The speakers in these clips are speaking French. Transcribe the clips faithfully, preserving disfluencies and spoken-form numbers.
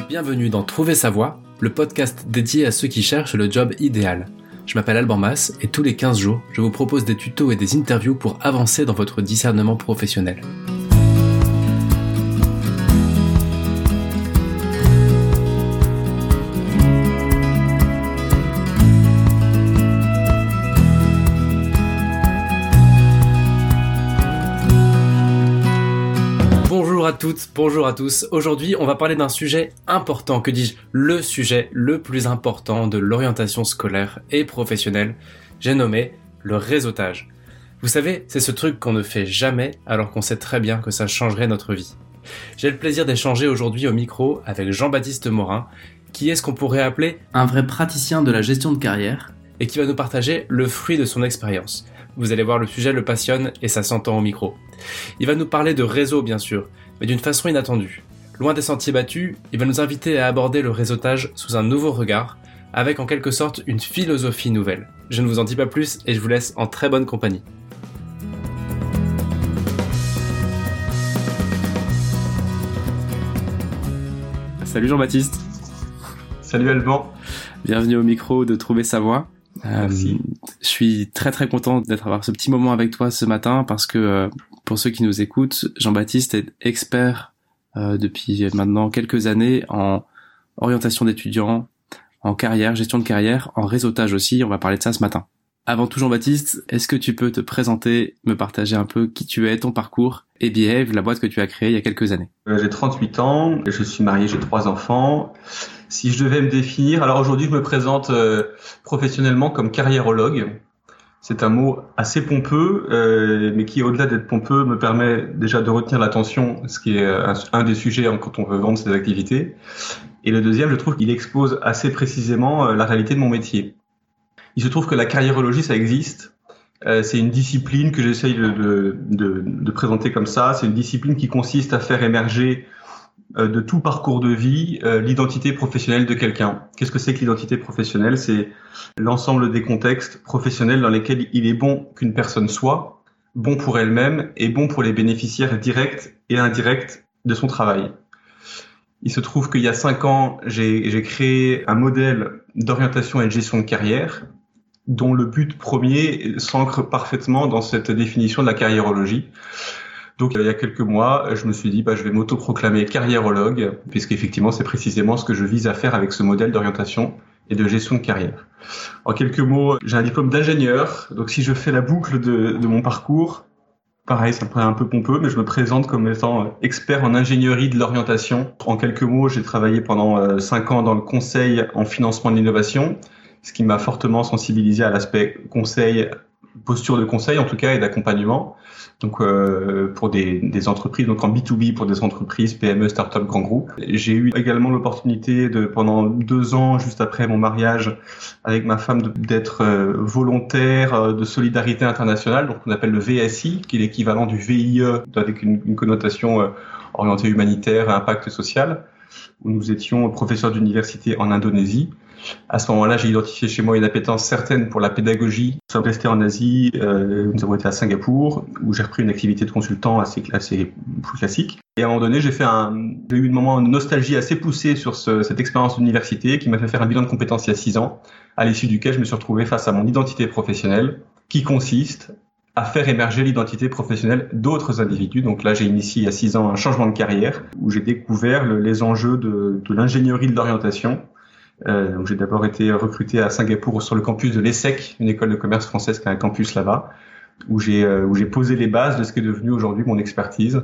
Bienvenue dans Trouver sa voie, le podcast dédié à ceux qui cherchent le job idéal. Je m'appelle Alban Mas et tous les quinze jours, je vous propose des tutos et des interviews pour avancer dans votre discernement professionnel. Bonjour à toutes, bonjour à tous. Aujourd'hui, on va parler d'un sujet important, que dis-je, le sujet le plus important de l'orientation scolaire et professionnelle. J'ai nommé le réseautage. Vous savez, c'est ce truc qu'on ne fait jamais alors qu'on sait très bien que ça changerait notre vie. J'ai le plaisir d'échanger aujourd'hui au micro avec Jean-Baptiste Morin, qui est ce qu'on pourrait appeler un vrai praticien de la gestion de carrière et qui va nous partager le fruit de son expérience. Vous allez voir, le sujet le passionne et ça s'entend au micro. Il va nous parler de réseau bien sûr, mais d'une façon inattendue. Loin des sentiers battus, il va nous inviter à aborder le réseautage sous un nouveau regard, avec en quelque sorte une philosophie nouvelle. Je ne vous en dis pas plus et je vous laisse en très bonne compagnie. Salut Jean-Baptiste. Salut Alban. Bienvenue au micro de Trouver sa voie. Merci. Euh, je suis très très content d'être avoir ce petit moment avec toi ce matin parce que euh, pour ceux qui nous écoutent, Jean-Baptiste est expert euh, depuis maintenant quelques années en orientation d'étudiants, en carrière, gestion de carrière, en réseautage aussi. On va parler de ça ce matin. Avant tout, Jean-Baptiste, est-ce que tu peux te présenter, me partager un peu qui tu es, ton parcours et Behave, la boîte que tu as créée il y a quelques années? euh, J'ai trente-huit ans, je suis marié, j'ai trois enfants. Si je devais me définir, alors aujourd'hui je me présente euh, professionnellement comme carriérologue. C'est un mot assez pompeux, euh, mais qui au-delà d'être pompeux me permet déjà de retenir l'attention, ce qui est un, un des sujets hein, quand on veut vendre ses activités. Et le deuxième, je trouve qu'il expose assez précisément euh, la réalité de mon métier. Il se trouve que la carriérologie, ça existe. Euh, c'est une discipline que j'essaye de, de, de, de présenter comme ça. C'est une discipline qui consiste à faire émerger euh, de tout parcours de vie euh, l'identité professionnelle de quelqu'un. Qu'est-ce que c'est que l'identité professionnelle ? C'est l'ensemble des contextes professionnels dans lesquels il est bon qu'une personne soit, bon pour elle-même et bon pour les bénéficiaires directs et indirects de son travail. Il se trouve qu'il y a cinq ans, j'ai, j'ai créé un modèle d'orientation et de gestion de carrière dont le but premier s'ancre parfaitement dans cette définition de la carriérologie. Donc, il y a quelques mois, je me suis dit, bah, je vais m'autoproclamer carriérologue, puisqu'effectivement, c'est précisément ce que je vise à faire avec ce modèle d'orientation et de gestion de carrière. En quelques mots, j'ai un diplôme d'ingénieur, donc si je fais la boucle de, de mon parcours, pareil, ça me paraît un peu pompeux, mais je me présente comme étant expert en ingénierie de l'orientation. En quelques mots, j'ai travaillé pendant cinq ans dans le conseil en financement de l'innovation, ce qui m'a fortement sensibilisé à l'aspect conseil, posture de conseil en tout cas et d'accompagnement. Donc euh, pour des, des entreprises, donc en B deux B pour des entreprises, P M E, start-up, grands groupes. J'ai eu également l'opportunité de, pendant deux ans, juste après mon mariage avec ma femme, de, d'être euh, volontaire de solidarité internationale, donc on appelle le V S I, qui est l'équivalent du V I E avec une, une connotation euh, orientée humanitaire et impact social, où nous étions professeurs d'université en Indonésie. À ce moment-là, j'ai identifié chez moi une appétence certaine pour la pédagogie. Nous sommes restés en Asie, euh, nous avons été à Singapour, où j'ai repris une activité de consultant assez, assez plus classique. Et à un moment donné, j'ai fait un, j'ai eu un moment de nostalgie assez poussée sur ce, cette expérience d'université qui m'a fait faire un bilan de compétences il y a six ans, à l'issue duquel je me suis retrouvé face à mon identité professionnelle, qui consiste à faire émerger l'identité professionnelle d'autres individus. Donc là, j'ai initié il y a six ans un changement de carrière, où j'ai découvert le, les enjeux de, de l'ingénierie de l'orientation. Euh, donc j'ai d'abord été recruté à Singapour sur le campus de l'E S S E C, une école de commerce française qui a un campus là-bas, où j'ai euh, où j'ai posé les bases de ce qui est devenu aujourd'hui mon expertise.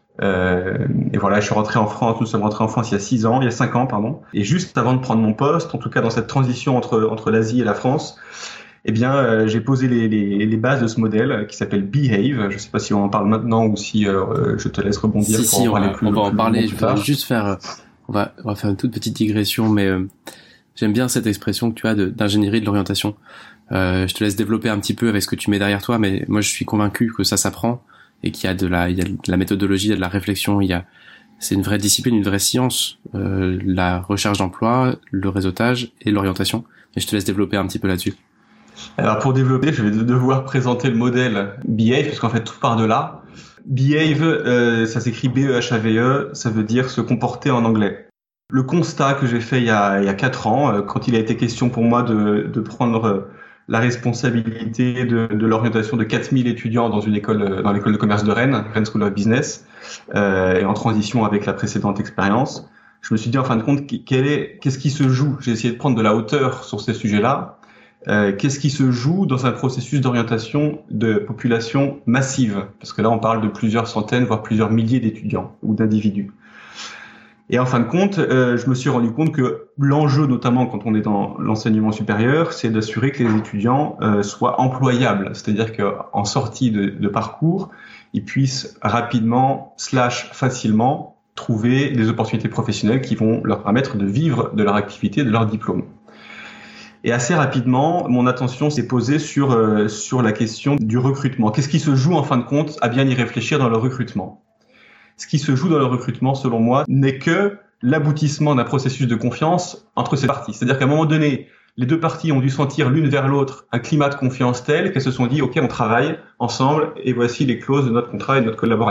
Euh, et voilà, je suis rentré en France. Nous sommes rentrés en France il y a six ans, il y a cinq ans, pardon. Et juste avant de prendre mon poste, en tout cas dans cette transition entre entre l'Asie et la France, eh bien euh, j'ai posé les, les les bases de ce modèle qui s'appelle Behave. Je sais pas si on en parle maintenant ou si euh, je te laisse rebondir. Si pour si, en on parler va, plus, on va en plus parler. Je vais juste faire. On va, on va faire une toute petite digression, mais euh, j'aime bien cette expression que tu as de, d'ingénierie de l'orientation. Euh, je te laisse développer un petit peu avec ce que tu mets derrière toi, mais moi je suis convaincu que ça s'apprend et qu'il y a de la, il y a de la méthodologie, il y a de la réflexion, il y a, c'est une vraie discipline, une vraie science, euh, la recherche d'emploi, le réseautage et l'orientation. Et je te laisse développer un petit peu là-dessus. Alors pour développer, je vais devoir présenter le modèle Behave, parce qu'en fait tout part de là. Behave, euh, ça s'écrit B E H A V E, ça veut dire se comporter en anglais. le constat que j'ai fait il y a, il y a quatre ans, quand il a été question pour moi de, de prendre la responsabilité de, de l'orientation de quatre mille étudiants dans une école, dans l'école de commerce de Rennes, Rennes School of Business, euh, et en transition avec la précédente expérience. Je me suis dit, en fin de compte, quel est, qu'est-ce qui se joue? J'ai essayé de prendre de la hauteur sur ces sujets-là. Euh, qu'est-ce qui se joue dans un processus d'orientation de population massive? Parce que là, on parle de plusieurs centaines, voire plusieurs milliers d'étudiants ou d'individus. Et en fin de compte, euh, je me suis rendu compte que l'enjeu, notamment quand on est dans l'enseignement supérieur, c'est d'assurer que les étudiants euh, soient employables. C'est-à-dire qu'en sortie de, de parcours, ils puissent rapidement, slash facilement, trouver des opportunités professionnelles qui vont leur permettre de vivre de leur activité, de leur diplôme. Et assez rapidement, mon attention s'est posée sur euh, sur la question du recrutement. Qu'est-ce qui se joue en fin de compte à bien y réfléchir dans le recrutement? Ce qui se joue dans le recrutement, selon moi, n'est que l'aboutissement d'un processus de confiance entre ces parties. C'est-à-dire qu'à un moment donné, les deux parties ont dû sentir l'une vers l'autre un climat de confiance tel qu'elles se sont dit « Ok, on travaille ensemble et voici les clauses de notre contrat et de notre collaboration ».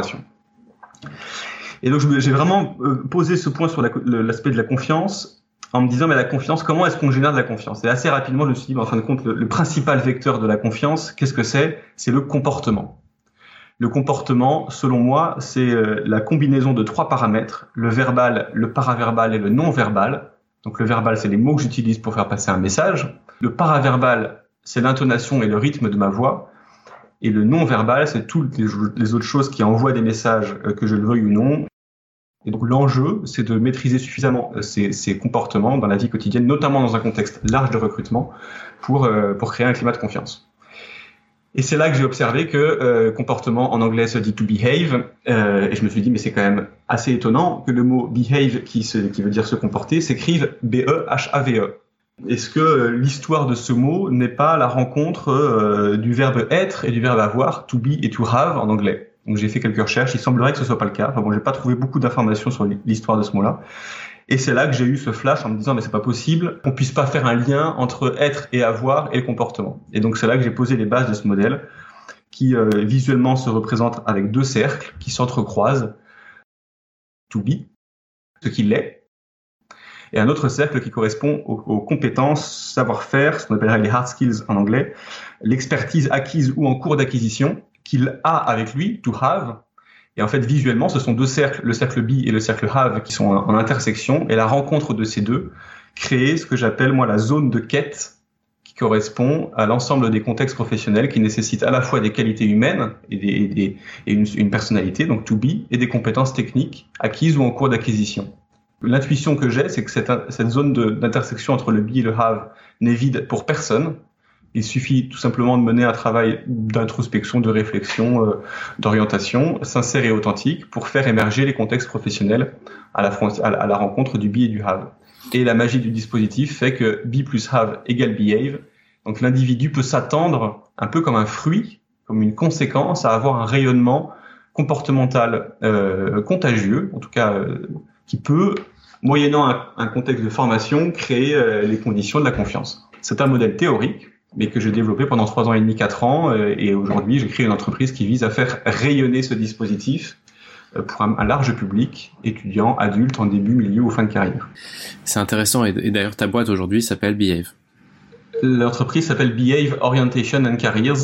Et donc, j'ai vraiment posé ce point sur la, l'aspect de la confiance en me disant, mais la confiance, comment est-ce qu'on génère de la confiance? Et assez rapidement, je me suis dit, mais en fin de compte, le, le principal vecteur de la confiance, qu'est-ce que c'est? C'est le comportement. Le comportement, selon moi, c'est la combinaison de trois paramètres, le verbal, le paraverbal et le non-verbal. Donc le verbal, c'est les mots que j'utilise pour faire passer un message. Le paraverbal, c'est l'intonation et le rythme de ma voix. Et le non-verbal, c'est toutes les, les autres choses qui envoient des messages, euh, que je le veuille ou non. Et donc l'enjeu, c'est de maîtriser suffisamment ces, ces comportements dans la vie quotidienne, notamment dans un contexte large de recrutement, pour, euh, pour créer un climat de confiance. Et c'est là que j'ai observé que euh, comportement en anglais se dit to behave, euh, et je me suis dit mais c'est quand même assez étonnant que le mot behave, qui, se, qui veut dire se comporter, s'écrive B E H A V E. Est-ce que euh, l'histoire de ce mot n'est pas la rencontre euh, du verbe être et du verbe avoir, to be et to have en anglais? Donc j'ai fait quelques recherches, il semblerait que ce soit pas le cas. Enfin bon, j'ai pas trouvé beaucoup d'informations sur l'histoire de ce mot-là. Et c'est là que j'ai eu ce flash en me disant mais c'est pas possible qu'on puisse pas faire un lien entre être et avoir et comportement. Et donc c'est là que j'ai posé les bases de ce modèle qui euh, visuellement se représente avec deux cercles qui s'entrecroisent. To be, ce qu'il est, et un autre cercle qui correspond aux, aux compétences, savoir-faire, ce qu'on appellerait les hard skills en anglais, l'expertise acquise ou en cours d'acquisition qu'il a avec lui, to have. Et en fait, visuellement, ce sont deux cercles, le cercle be et le cercle have, qui sont en, en intersection. Et la rencontre de ces deux crée ce que j'appelle, moi, la zone de quête, qui correspond à l'ensemble des contextes professionnels qui nécessitent à la fois des qualités humaines et, des, et, des, et une, une personnalité, donc to be, et des compétences techniques acquises ou en cours d'acquisition. L'intuition que j'ai, c'est que cette, cette zone de, d'intersection entre le be et le have n'est vide pour personne. Il suffit tout simplement de mener un travail d'introspection, de réflexion, euh, d'orientation, sincère et authentique, pour faire émerger les contextes professionnels à la, à la rencontre du be et du have. Et la magie du dispositif fait que be plus have égale behave. Donc l'individu peut s'attendre, un peu comme un fruit, comme une conséquence, à avoir un rayonnement comportemental euh, contagieux, en tout cas euh, qui peut, moyennant un, un contexte de formation, créer euh, les conditions de la confiance. C'est un modèle théorique, mais que j'ai développé pendant trois ans et demi, quatre ans, euh, et aujourd'hui j'ai créé une entreprise qui vise à faire rayonner ce dispositif euh, pour un, un large public, étudiants, adultes, en début, milieu ou fin de carrière. C'est intéressant, et, et d'ailleurs ta boîte aujourd'hui s'appelle Behave. L'entreprise s'appelle Behave Orientation and Careers,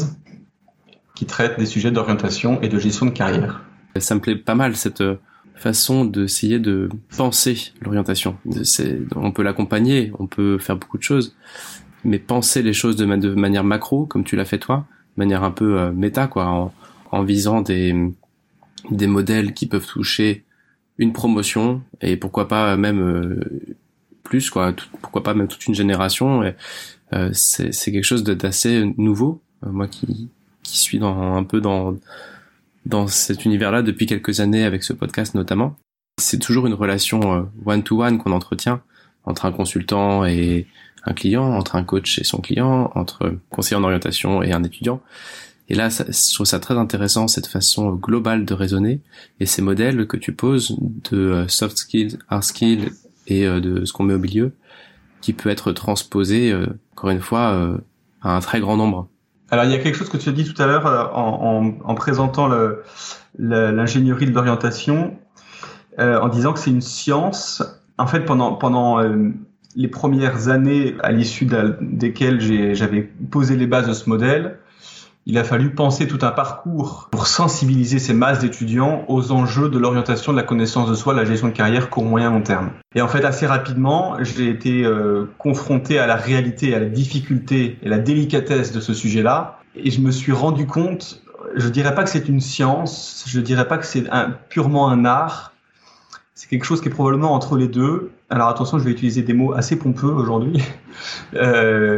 qui traite des sujets d'orientation et de gestion de carrière. Ça me plaît pas mal cette façon d'essayer de penser l'orientation. C'est, on peut l'accompagner, on peut faire beaucoup de choses, mais penser les choses de, ma- de manière macro, comme tu l'as fait toi, de manière un peu euh, méta, quoi, en, en visant des, des modèles qui peuvent toucher une promotion, et pourquoi pas même euh, plus, quoi, tout, pourquoi pas même toute une génération. Et, euh, c'est, c'est quelque chose de, d'assez nouveau, euh, moi qui, qui suis dans, un peu dans, dans cet univers-là depuis quelques années avec ce podcast notamment. C'est toujours une relation euh, one-to-one qu'on entretient entre un consultant et un client, entre un coach et son client, entre conseiller en orientation et un étudiant. Et là, ça, je trouve ça très intéressant, cette façon globale de raisonner et ces modèles que tu poses de soft skills, hard skills et de ce qu'on met au milieu, qui peut être transposé, euh, encore une fois, euh, à un très grand nombre. Alors, il y a quelque chose que tu as dit tout à l'heure euh, en, en, en présentant le, le, l'ingénierie de l'orientation, euh, en disant que c'est une science En fait, pendant pendant euh, les premières années à l'issue de, desquelles j'ai, j'avais posé les bases de ce modèle, il a fallu penser tout un parcours pour sensibiliser ces masses d'étudiants aux enjeux de l'orientation, de la connaissance de soi, de la gestion de carrière court, moyen, long terme. Et en fait, assez rapidement, j'ai été euh, confronté à la réalité, à la difficulté et la délicatesse de ce sujet-là. Et je me suis rendu compte, je dirais pas que c'est une science, je dirais pas que c'est un, purement un art. C'est quelque chose qui est probablement entre les deux. Alors attention, je vais utiliser des mots assez pompeux aujourd'hui. Euh,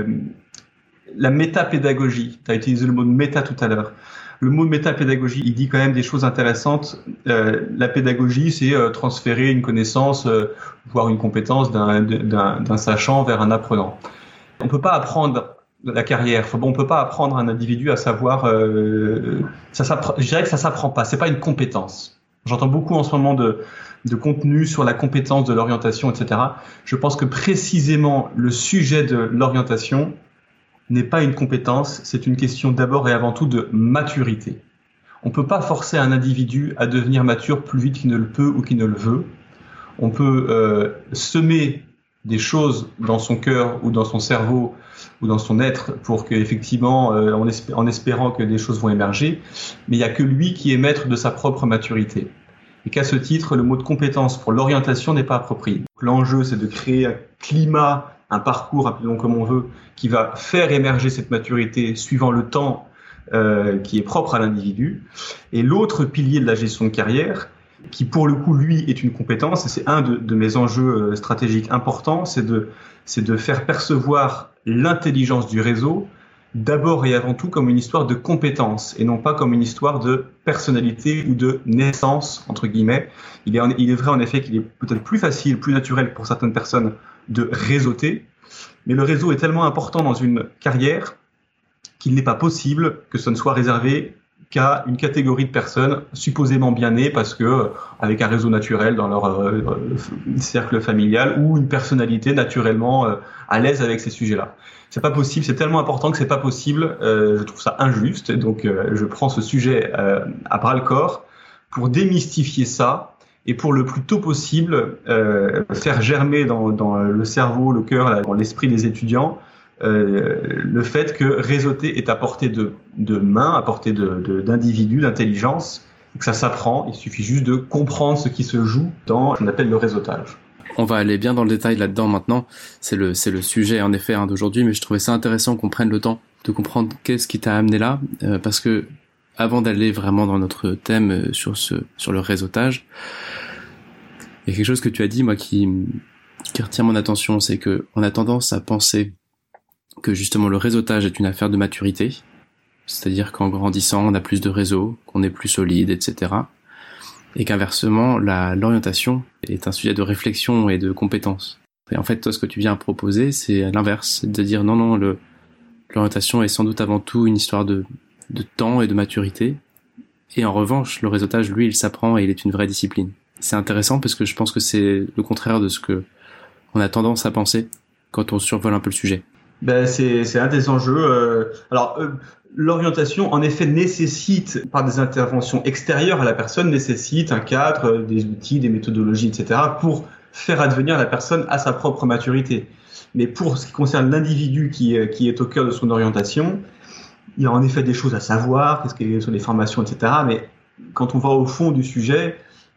La métapédagogie, tu as utilisé le mot de méta tout à l'heure. Le mot de métapédagogie, il dit quand même des choses intéressantes. Euh, la pédagogie, c'est euh, transférer une connaissance, euh, voire une compétence d'un, d'un, d'un sachant vers un apprenant. On peut pas apprendre la carrière. Enfin, bon, on peut pas apprendre un individu à savoir. Euh, ça s'apprend, je dirais que ça s'apprend pas. C'est pas une compétence. J'entends beaucoup en ce moment de, de contenu sur la compétence de l'orientation, et cetera. Je pense que précisément le sujet de l'orientation n'est pas une compétence, c'est une question d'abord et avant tout de maturité. On ne peut pas forcer un individu à devenir mature plus vite qu'il ne le peut ou qu'il ne le veut. On peut euh, semer des choses dans son cœur ou dans son cerveau ou dans son être pour qu'effectivement, euh, en, espé- en espérant que des choses vont émerger, mais il n'y a que lui qui est maître de sa propre maturité. Et qu'à ce titre, le mot de compétence pour l'orientation n'est pas approprié. Donc, l'enjeu, c'est de créer un climat, un parcours, appelons comme on veut, qui va faire émerger cette maturité suivant le temps euh, qui est propre à l'individu. Et l'autre pilier de la gestion de carrière, qui pour le coup, lui, est une compétence, et c'est un de, de mes enjeux stratégiques importants, c'est de, c'est de faire percevoir l'intelligence du réseau d'abord et avant tout comme une histoire de compétence et non pas comme une histoire de personnalité ou de naissance, entre guillemets. Il est, il est vrai en effet qu'il est peut-être plus facile, plus naturel pour certaines personnes de réseauter, mais le réseau est tellement important dans une carrière qu'il n'est pas possible que ce ne soit réservé qu'à une catégorie de personnes supposément bien nées parce que avec un réseau naturel dans leur euh, cercle familial ou une personnalité naturellement euh, à l'aise avec ces sujets-là. C'est pas possible, c'est tellement important que c'est pas possible. Euh, je trouve ça injuste, donc euh, je prends ce sujet euh, à bras le corps pour démystifier ça. Et pour le plus tôt possible, euh, faire germer dans, dans le cerveau, le cœur, dans l'esprit des étudiants, euh, le fait que réseauter est à portée de, de main, à portée de, de, d'individu, d'intelligence, et que ça s'apprend. Il suffit juste de comprendre ce qui se joue dans ce qu'on appelle le réseautage. On va aller bien dans le détail là-dedans maintenant. C'est le, c'est le sujet en effet hein, d'aujourd'hui, mais je trouvais ça intéressant qu'on prenne le temps de comprendre qu'est-ce qui t'a amené là, euh, parce que avant d'aller vraiment dans notre thème sur ce, sur le réseautage, il y a quelque chose que tu as dit, moi, qui, qui retient mon attention, c'est que on a tendance à penser que justement le réseautage est une affaire de maturité, c'est-à-dire qu'en grandissant, on a plus de réseaux, qu'on est plus solide, et cetera. Et qu'inversement, la, l'orientation est un sujet de réflexion et de compétence. Et en fait, toi, ce que tu viens à proposer, c'est l'inverse, c'est de dire non, non, le, l'orientation est sans doute avant tout une histoire de, de temps et de maturité. Et en revanche, le réseautage, lui, il s'apprend et il est une vraie discipline. C'est intéressant parce que je pense que c'est le contraire de ce que on a tendance à penser quand on survole un peu le sujet. Ben c'est c'est un des enjeux. Euh, alors euh, l'orientation en effet nécessite par des interventions extérieures à la personne nécessite un cadre, des outils, des méthodologies, et cetera pour faire advenir la personne à sa propre maturité. Mais pour ce qui concerne l'individu qui qui est au cœur de son orientation, il y a en effet des choses à savoir, qu'est-ce que sont les formations, et cetera. Mais quand on va au fond du sujet,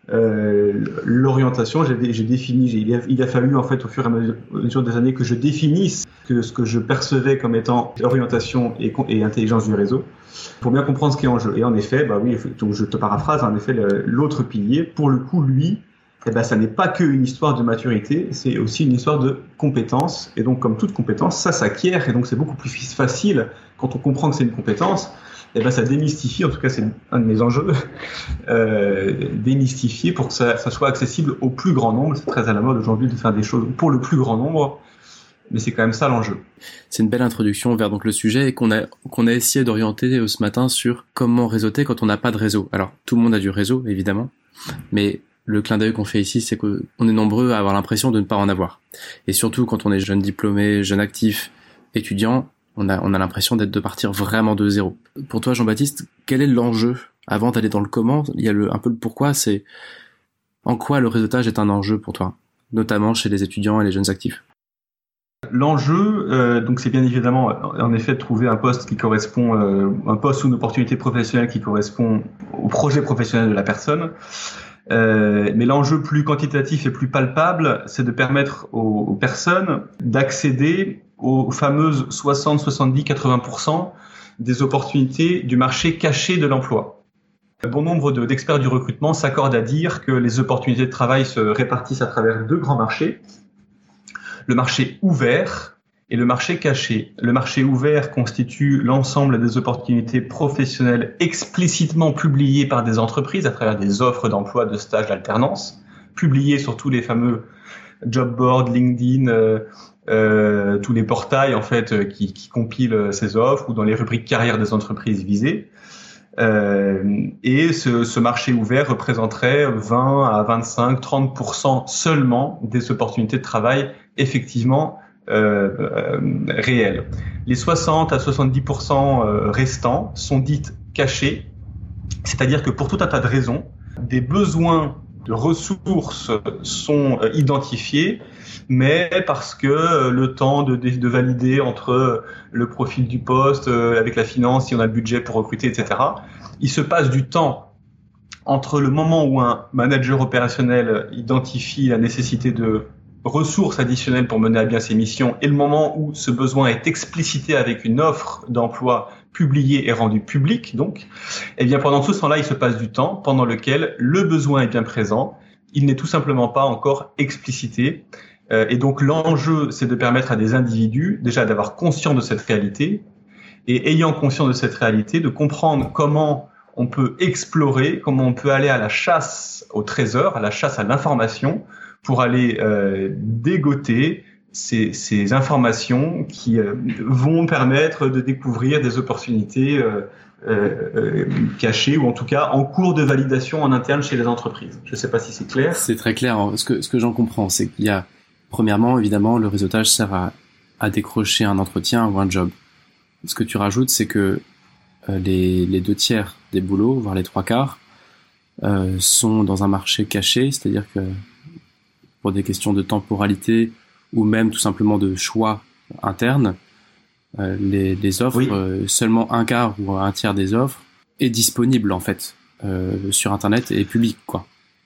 Euh, l'orientation, j'ai, j'ai défini, j'ai, il, a, il a fallu en fait au fur et à mesure des années que je définisse que ce que je percevais comme étant orientation et, et intelligence du réseau, pour bien comprendre ce qui est en jeu. Et en effet, bah oui, donc je te paraphrase, en effet, le, l'autre pilier, pour le coup, lui, eh ben, ça n'est pas qu'une histoire de maturité, c'est aussi une histoire de compétence. Et donc, comme toute compétence, ça s'acquiert, et donc c'est beaucoup plus facile quand on comprend que c'est une compétence. Eh ben, ça démystifie, en tout cas c'est un de mes enjeux, euh, démystifier pour que ça, ça soit accessible au plus grand nombre. C'est très à la mode aujourd'hui de faire des choses pour le plus grand nombre, mais c'est quand même ça l'enjeu. C'est une belle introduction vers donc le sujet qu'on a qu'on a essayé d'orienter ce matin sur comment réseauter quand on n'a pas de réseau. Alors tout le monde a du réseau évidemment, mais le clin d'œil qu'on fait ici, c'est qu'on est nombreux à avoir l'impression de ne pas en avoir. Et surtout quand on est jeune diplômé, jeune actif, étudiant, on a, on a l'impression d'être de partir vraiment de zéro. Pour toi, Jean-Baptiste, quel est l'enjeu? Avant d'aller dans le comment, il y a le, un peu le pourquoi, c'est en quoi le réseautage est un enjeu pour toi? notamment chez les étudiants et les jeunes actifs? L'enjeu, euh, donc c'est bien évidemment, en effet, de trouver un poste qui correspond, euh, un poste ou une opportunité professionnelle qui correspond au projet professionnel de la personne. Euh, mais l'enjeu plus quantitatif et plus palpable, c'est de permettre aux, aux personnes d'accéder aux fameuses soixante, soixante-dix, quatre-vingts pour cent des opportunités du marché caché de l'emploi. Bon nombre de, d'experts du recrutement s'accordent à dire que les opportunités de travail se répartissent à travers deux grands marchés. Le marché ouvert et le marché caché. Le marché ouvert constitue l'ensemble des opportunités professionnelles explicitement publiées par des entreprises à travers des offres d'emploi, de stage, d'alternance, publiées sur tous les fameux job boards, LinkedIn, euh, euh, tous les portails en fait qui, qui compilent ces offres ou dans les rubriques carrières des entreprises visées. Euh, et ce, ce marché ouvert représenterait vingt à vingt-cinq, trente pour cent seulement des opportunités de travail effectivement euh, euh, réelles. Les soixante à soixante-dix pour cent restants sont dites cachées, c'est-à-dire que pour tout un tas de raisons, des besoins de ressources sont identifiés, mais parce que le temps de, de valider entre le profil du poste, avec la finance, si on a le budget pour recruter, et cetera, il se passe du temps entre le moment où un manager opérationnel identifie la nécessité de ressources additionnelles pour mener à bien ses missions et le moment où ce besoin est explicité avec une offre d'emploi publiée et rendue publique, donc, eh bien, pendant tout ce temps-là, il se passe du temps pendant lequel le besoin est bien présent. Il n'est tout simplement pas encore explicité. Euh, et donc, l'enjeu, c'est de permettre à des individus, déjà, d'avoir conscience de cette réalité et ayant conscience de cette réalité, de comprendre comment on peut explorer, comment on peut aller à la chasse au trésor, à la chasse à l'information, pour aller euh, dégoter ces, ces informations qui euh, vont permettre de découvrir des opportunités euh, euh, cachées ou en tout cas en cours de validation en interne chez les entreprises. Je ne sais pas si c'est clair. C'est très clair. Ce que, ce que j'en comprends, c'est qu'il y a, premièrement, évidemment, le réseautage sert à, à décrocher un entretien ou un job. Ce que tu rajoutes, c'est que euh, les, les deux tiers des boulots, voire les trois quarts, euh, sont dans un marché caché, c'est-à-dire que pour des questions de temporalité ou même tout simplement de choix interne, euh, les, les offres, oui. euh, seulement un quart ou un tiers des offres est disponible en fait euh, sur Internet et public, quoi.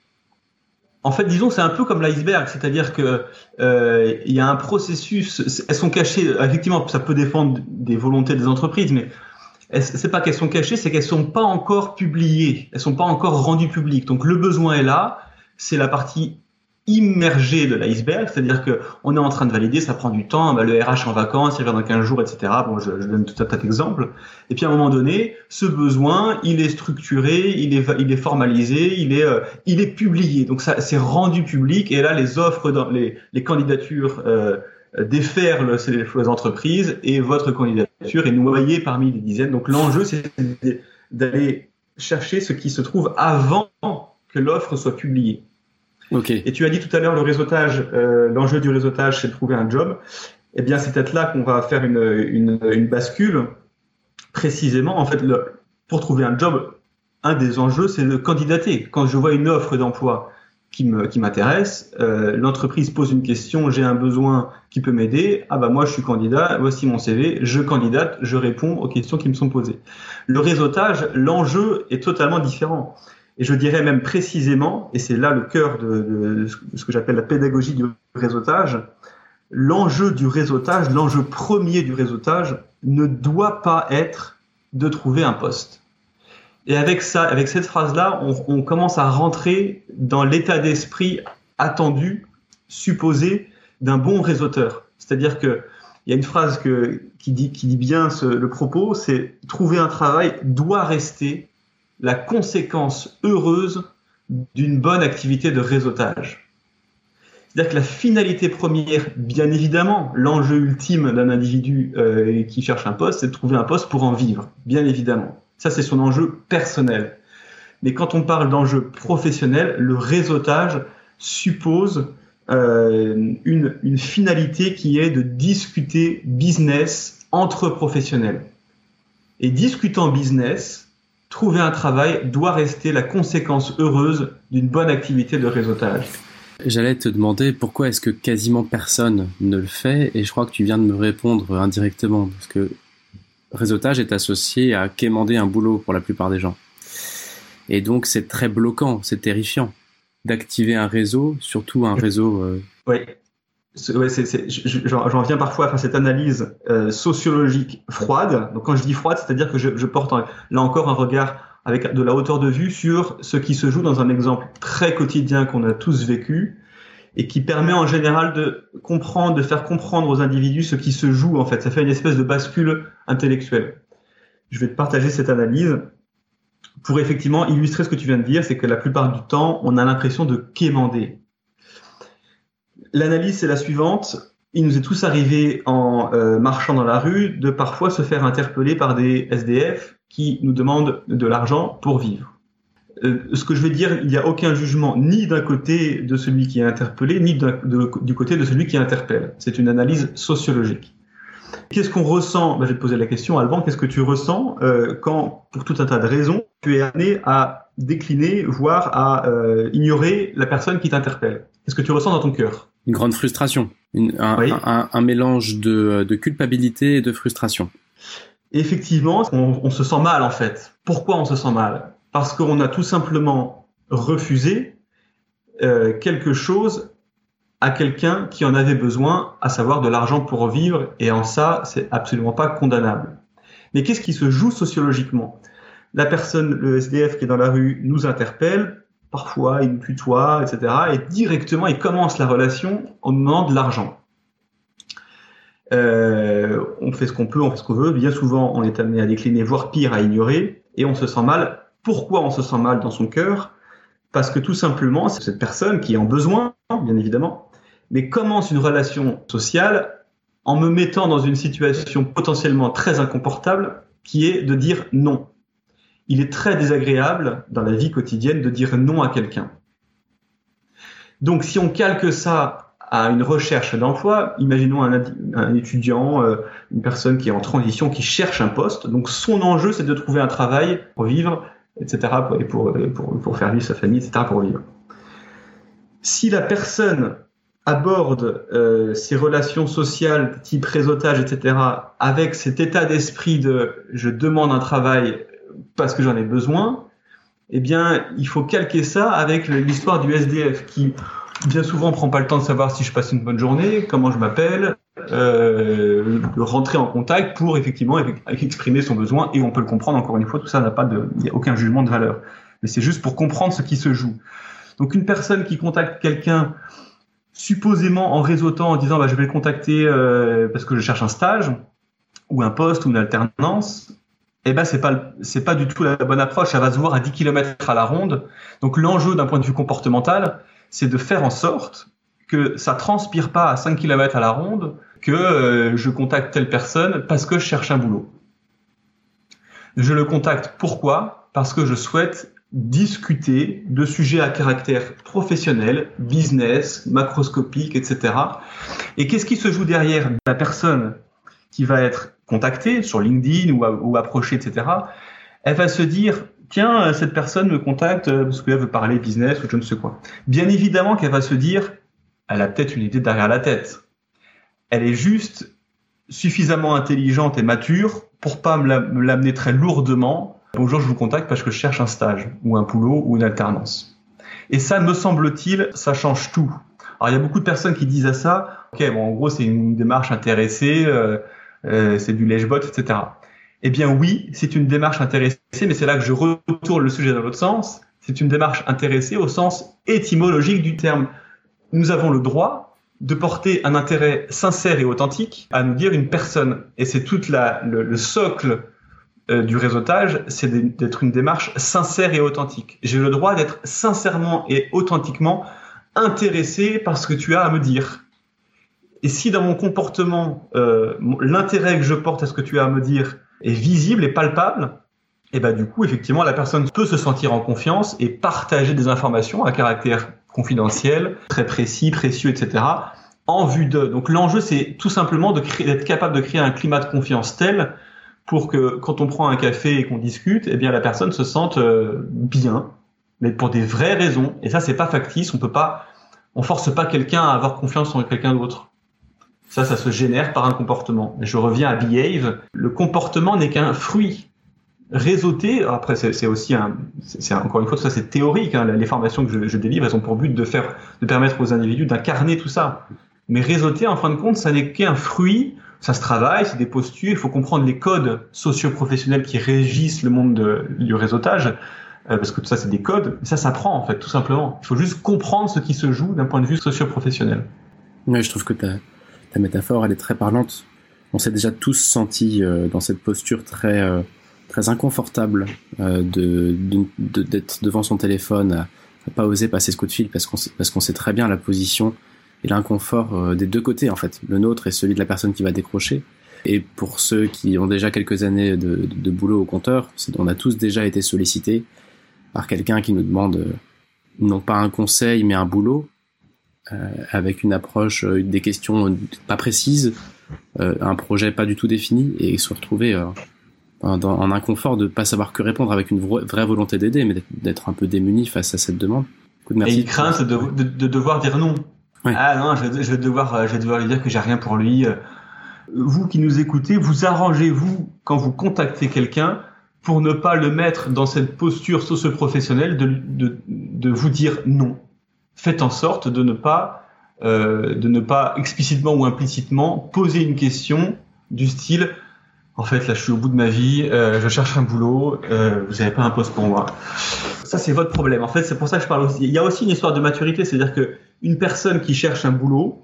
En fait, disons, c'est un peu comme l'iceberg, c'est-à-dire que euh, il y a un processus. Elles sont cachées. Effectivement, ça peut défendre des volontés des entreprises, mais c'est pas qu'elles sont cachées, c'est qu'elles sont pas encore publiées, elles sont pas encore rendues publiques. Donc le besoin est là, c'est la partie immergé de l'iceberg, c'est-à-dire que on est en train de valider, ça prend du temps, bah, le R H en vacances, il revient dans quinze jours, et cetera. Bon, je, je donne tout un tas d'exemples. Et puis à un moment donné, ce besoin, il est structuré, il est, il est formalisé, il est, euh, il est publié. Donc ça, c'est rendu public. Et là, les offres, dans les, les candidatures euh, déferlent sur les entreprises et votre candidature est noyée parmi les dizaines. Donc l'enjeu, c'est d'aller chercher ce qui se trouve avant que l'offre soit publiée. Okay. Et tu as dit tout à l'heure le réseautage, euh, l'enjeu du réseautage, c'est de trouver un job. Eh bien, c'est peut-être là qu'on va faire une, une, une bascule. Précisément, en fait, le, pour trouver un job, un des enjeux, c'est de candidater. Quand je vois une offre d'emploi qui me, qui m'intéresse, euh, l'entreprise pose une question, j'ai un besoin qui peut m'aider. Ah bah moi, je suis candidat, voici mon C V, je candidate, je réponds aux questions qui me sont posées. Le réseautage, l'enjeu est totalement différent. Et je dirais même précisément, et c'est là le cœur de, de, de ce que j'appelle la pédagogie du réseautage, l'enjeu du réseautage, l'enjeu premier du réseautage ne doit pas être de trouver un poste. Et avec ça, avec cette phrase-là, on, on commence à rentrer dans l'état d'esprit attendu, supposé d'un bon réseauteur. C'est-à-dire que il y a une phrase que, qui dit, qui dit bien ce, le propos, c'est trouver un travail doit rester la conséquence heureuse d'une bonne activité de réseautage. C'est-à-dire que la finalité première, bien évidemment, l'enjeu ultime d'un individu euh, qui cherche un poste, c'est de trouver un poste pour en vivre, bien évidemment. Ça, c'est son enjeu personnel. Mais quand on parle d'enjeu professionnel, le réseautage suppose euh, une, une finalité qui est de discuter business entre professionnels. Et discutant business, trouver un travail doit rester la conséquence heureuse d'une bonne activité de réseautage. J'allais te demander pourquoi est-ce que quasiment personne ne le fait, et je crois que tu viens de me répondre indirectement, parce que réseautage est associé à quémander un boulot pour la plupart des gens. Et donc c'est très bloquant, c'est terrifiant d'activer un réseau, surtout un réseau... Euh... Oui, ouais, c'est, c'est, j'en, j'en viens parfois à faire cette analyse euh, sociologique froide. Donc quand je dis froide, c'est-à-dire que je, je porte en, là encore un regard avec de la hauteur de vue sur ce qui se joue dans un exemple très quotidien qu'on a tous vécu et qui permet en général de comprendre, de faire comprendre aux individus ce qui se joue en fait. Ça fait une espèce de bascule intellectuelle. Je vais te partager cette analyse pour effectivement illustrer ce que tu viens de dire, c'est que la plupart du temps, on a l'impression de quémander. L'analyse, c'est la suivante. Il nous est tous arrivé en euh, marchant dans la rue de parfois se faire interpeller par des S D F qui nous demandent de l'argent pour vivre. Euh, ce que je vais dire, il n'y a aucun jugement ni d'un côté de celui qui est interpellé, ni de, de, du côté de celui qui interpelle. C'est une analyse sociologique. Qu'est-ce qu'on ressent? Ben, je vais te poser la question, Alban, qu'est-ce que tu ressens euh, quand, pour tout un tas de raisons, tu es amené à décliner, voire à euh, ignorer la personne qui t'interpelle? Qu'est-ce que tu ressens dans ton cœur? Une grande frustration, une, un, oui. un, un mélange de, de culpabilité et de frustration. Effectivement, on, on se sent mal en fait. Pourquoi on se sent mal? Parce qu'on a tout simplement refusé euh, quelque chose à quelqu'un qui en avait besoin, à savoir de l'argent pour vivre, et en ça, c'est absolument pas condamnable. Mais qu'est-ce qui se joue sociologiquement? La personne, le S D F qui est dans la rue, nous interpelle, parfois il nous tutoie, et cetera, et directement il commence la relation en nous demandant de l'argent. Euh, on fait ce qu'on peut, on fait ce qu'on veut, bien souvent on est amené à décliner, voire pire, à ignorer, et on se sent mal. Pourquoi on se sent mal dans son cœur? Parce que tout simplement, c'est cette personne qui est en besoin, bien évidemment, mais commence une relation sociale en me mettant dans une situation potentiellement très inconfortable, qui est de dire non. Il est très désagréable dans la vie quotidienne de dire non à quelqu'un. Donc si on calque ça à une recherche d'emploi, imaginons un, un étudiant, euh, une personne qui est en transition, qui cherche un poste, donc son enjeu c'est de trouver un travail pour vivre, et cetera, et pour, pour, pour faire vivre sa famille, et cetera, pour vivre. Si la personne aborde euh, ses relations sociales, type réseautage, et cetera, avec cet état d'esprit de « je demande un travail parce que j'en ai besoin », eh bien, il faut calquer ça avec l'histoire du S D F qui, bien souvent, prend pas le temps de savoir si je passe une bonne journée, comment je m'appelle, euh, de rentrer en contact pour effectivement exprimer son besoin, et on peut le comprendre, encore une fois, tout ça n'a pas de, il n'y a aucun jugement de valeur. Mais c'est juste pour comprendre ce qui se joue. Donc, une personne qui contacte quelqu'un supposément en réseautant, en disant bah, je vais le contacter euh, parce que je cherche un stage ou un poste ou une alternance, eh ben c'est pas c'est pas du tout la bonne approche. Ça va se voir à dix kilomètres à la ronde. Donc l'enjeu d'un point de vue comportemental, c'est de faire en sorte que ça transpire pas à cinq kilomètres à la ronde que euh, je contacte telle personne parce que je cherche un boulot. Je le contacte pourquoi? Parce que je souhaite discuter de sujets à caractère professionnel, business, macroscopique, et cetera. Et qu'est-ce qui se joue derrière? La personne qui va être contactée sur LinkedIn ou, ou approchée, et cetera, elle va se dire « Tiens, cette personne me contacte parce qu'elle veut parler business ou je ne sais quoi. » Bien évidemment qu'elle va se dire « Elle a peut-être une idée derrière la tête. Elle est juste suffisamment intelligente et mature pour pas me l'amener très lourdement. Bonjour, je vous contacte parce que je cherche un stage ou un boulot ou une alternance. » Et ça, me semble-t-il, ça change tout. Alors, il y a beaucoup de personnes qui disent à ça, ok, bon, en gros, c'est une démarche intéressée, euh, euh, c'est du lèche-bot, et cetera. Eh bien, oui, c'est une démarche intéressée, mais c'est là que je retourne le sujet dans l'autre sens. C'est une démarche intéressée au sens étymologique du terme. Nous avons le droit de porter un intérêt sincère et authentique à nous dire une personne. Et c'est toute la, le, le socle Euh, du réseautage, c'est d'être une démarche sincère et authentique. J'ai le droit d'être sincèrement et authentiquement intéressé par ce que tu as à me dire. Et si dans mon comportement, euh, l'intérêt que je porte à ce que tu as à me dire est visible et palpable, et ben du coup, effectivement, la personne peut se sentir en confiance et partager des informations à caractère confidentiel, très précis, précieux, et cetera, en vue de. Donc l'enjeu, c'est tout simplement de créer, d'être capable de créer un climat de confiance tel pour que quand on prend un café et qu'on discute, eh bien la personne se sente euh, bien, mais pour des vraies raisons. Et ça, c'est pas factice. On peut pas, On force pas quelqu'un à avoir confiance en quelqu'un d'autre. Ça, ça se génère par un comportement. Et je reviens à Behave. Le comportement n'est qu'un fruit réseauté. Après, c'est, c'est aussi un, c'est, c'est encore une fois, tout ça, c'est théorique. Hein. Les formations que je, je délivre, elles ont pour but de faire, de permettre aux individus d'incarner tout ça. Mais réseauté, en fin de compte, ça n'est qu'un fruit. Ça se travaille, c'est des postures. Il faut comprendre les codes socio-professionnels qui régissent le monde de, du réseautage. Euh, parce que tout ça, c'est des codes. Ça s'apprend, en fait, tout simplement. Il faut juste comprendre ce qui se joue d'un point de vue socio-professionnel. Ouais, je trouve que ta, ta métaphore, elle est très parlante. On s'est déjà tous sentis euh, dans cette posture très, euh, très inconfortable euh, de, de, de, d'être devant son téléphone, à, à pas oser passer ce coup de fil parce qu'on, parce qu'on sait très bien la position et l'inconfort euh, des deux côtés, en fait. Le nôtre et celui de la personne qui va décrocher. Et pour ceux qui ont déjà quelques années de, de, de boulot au compteur, on a tous déjà été sollicités par quelqu'un qui nous demande euh, non pas un conseil mais un boulot, euh, avec une approche, euh, des questions pas précises, euh, un projet pas du tout défini, et se retrouver euh, en, dans, en inconfort de pas savoir que répondre, avec une vraie, vraie volonté d'aider, mais d'être, d'être un peu démuni face à cette demande. Écoute, merci. Et il craint de, de, de devoir dire non. Ouais. Ah non, je vais, je vais devoir, je vais devoir lui dire que j'ai rien pour lui. Vous qui nous écoutez, vous arrangez-vous quand vous contactez quelqu'un pour ne pas le mettre dans cette posture socio-professionnelle de, de, de vous dire non. Faites en sorte de ne pas, euh, de ne pas explicitement ou implicitement poser une question du style « En fait, là, je suis au bout de ma vie, euh, je cherche un boulot, euh, vous n'avez pas un poste pour moi. » Ça, c'est votre problème. En fait, c'est pour ça que je parle aussi. Il y a aussi une histoire de maturité, c'est-à-dire que une personne qui cherche un boulot,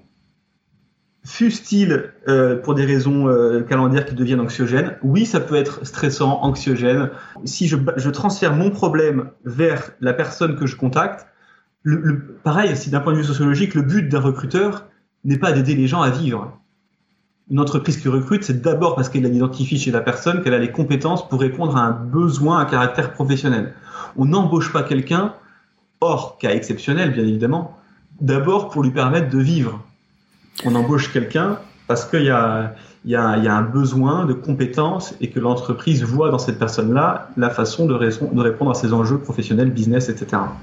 fût-il euh, pour des raisons euh, calendaires qui deviennent anxiogènes, oui, ça peut être stressant, anxiogène. Si je, je transfère mon problème vers la personne que je contacte, le, le, pareil, si d'un point de vue sociologique, le but d'un recruteur n'est pas d'aider les gens à vivre. Une entreprise qui recrute, c'est d'abord parce qu'elle identifie chez la personne qu'elle a les compétences pour répondre à un besoin à caractère professionnel. On n'embauche pas quelqu'un, hors cas exceptionnel bien évidemment, d'abord pour lui permettre de vivre. On embauche quelqu'un parce qu'il y a, il y a, il y a un besoin de compétences et que l'entreprise voit dans cette personne-là la façon de, raison, de répondre à ses enjeux professionnels, business, et cetera.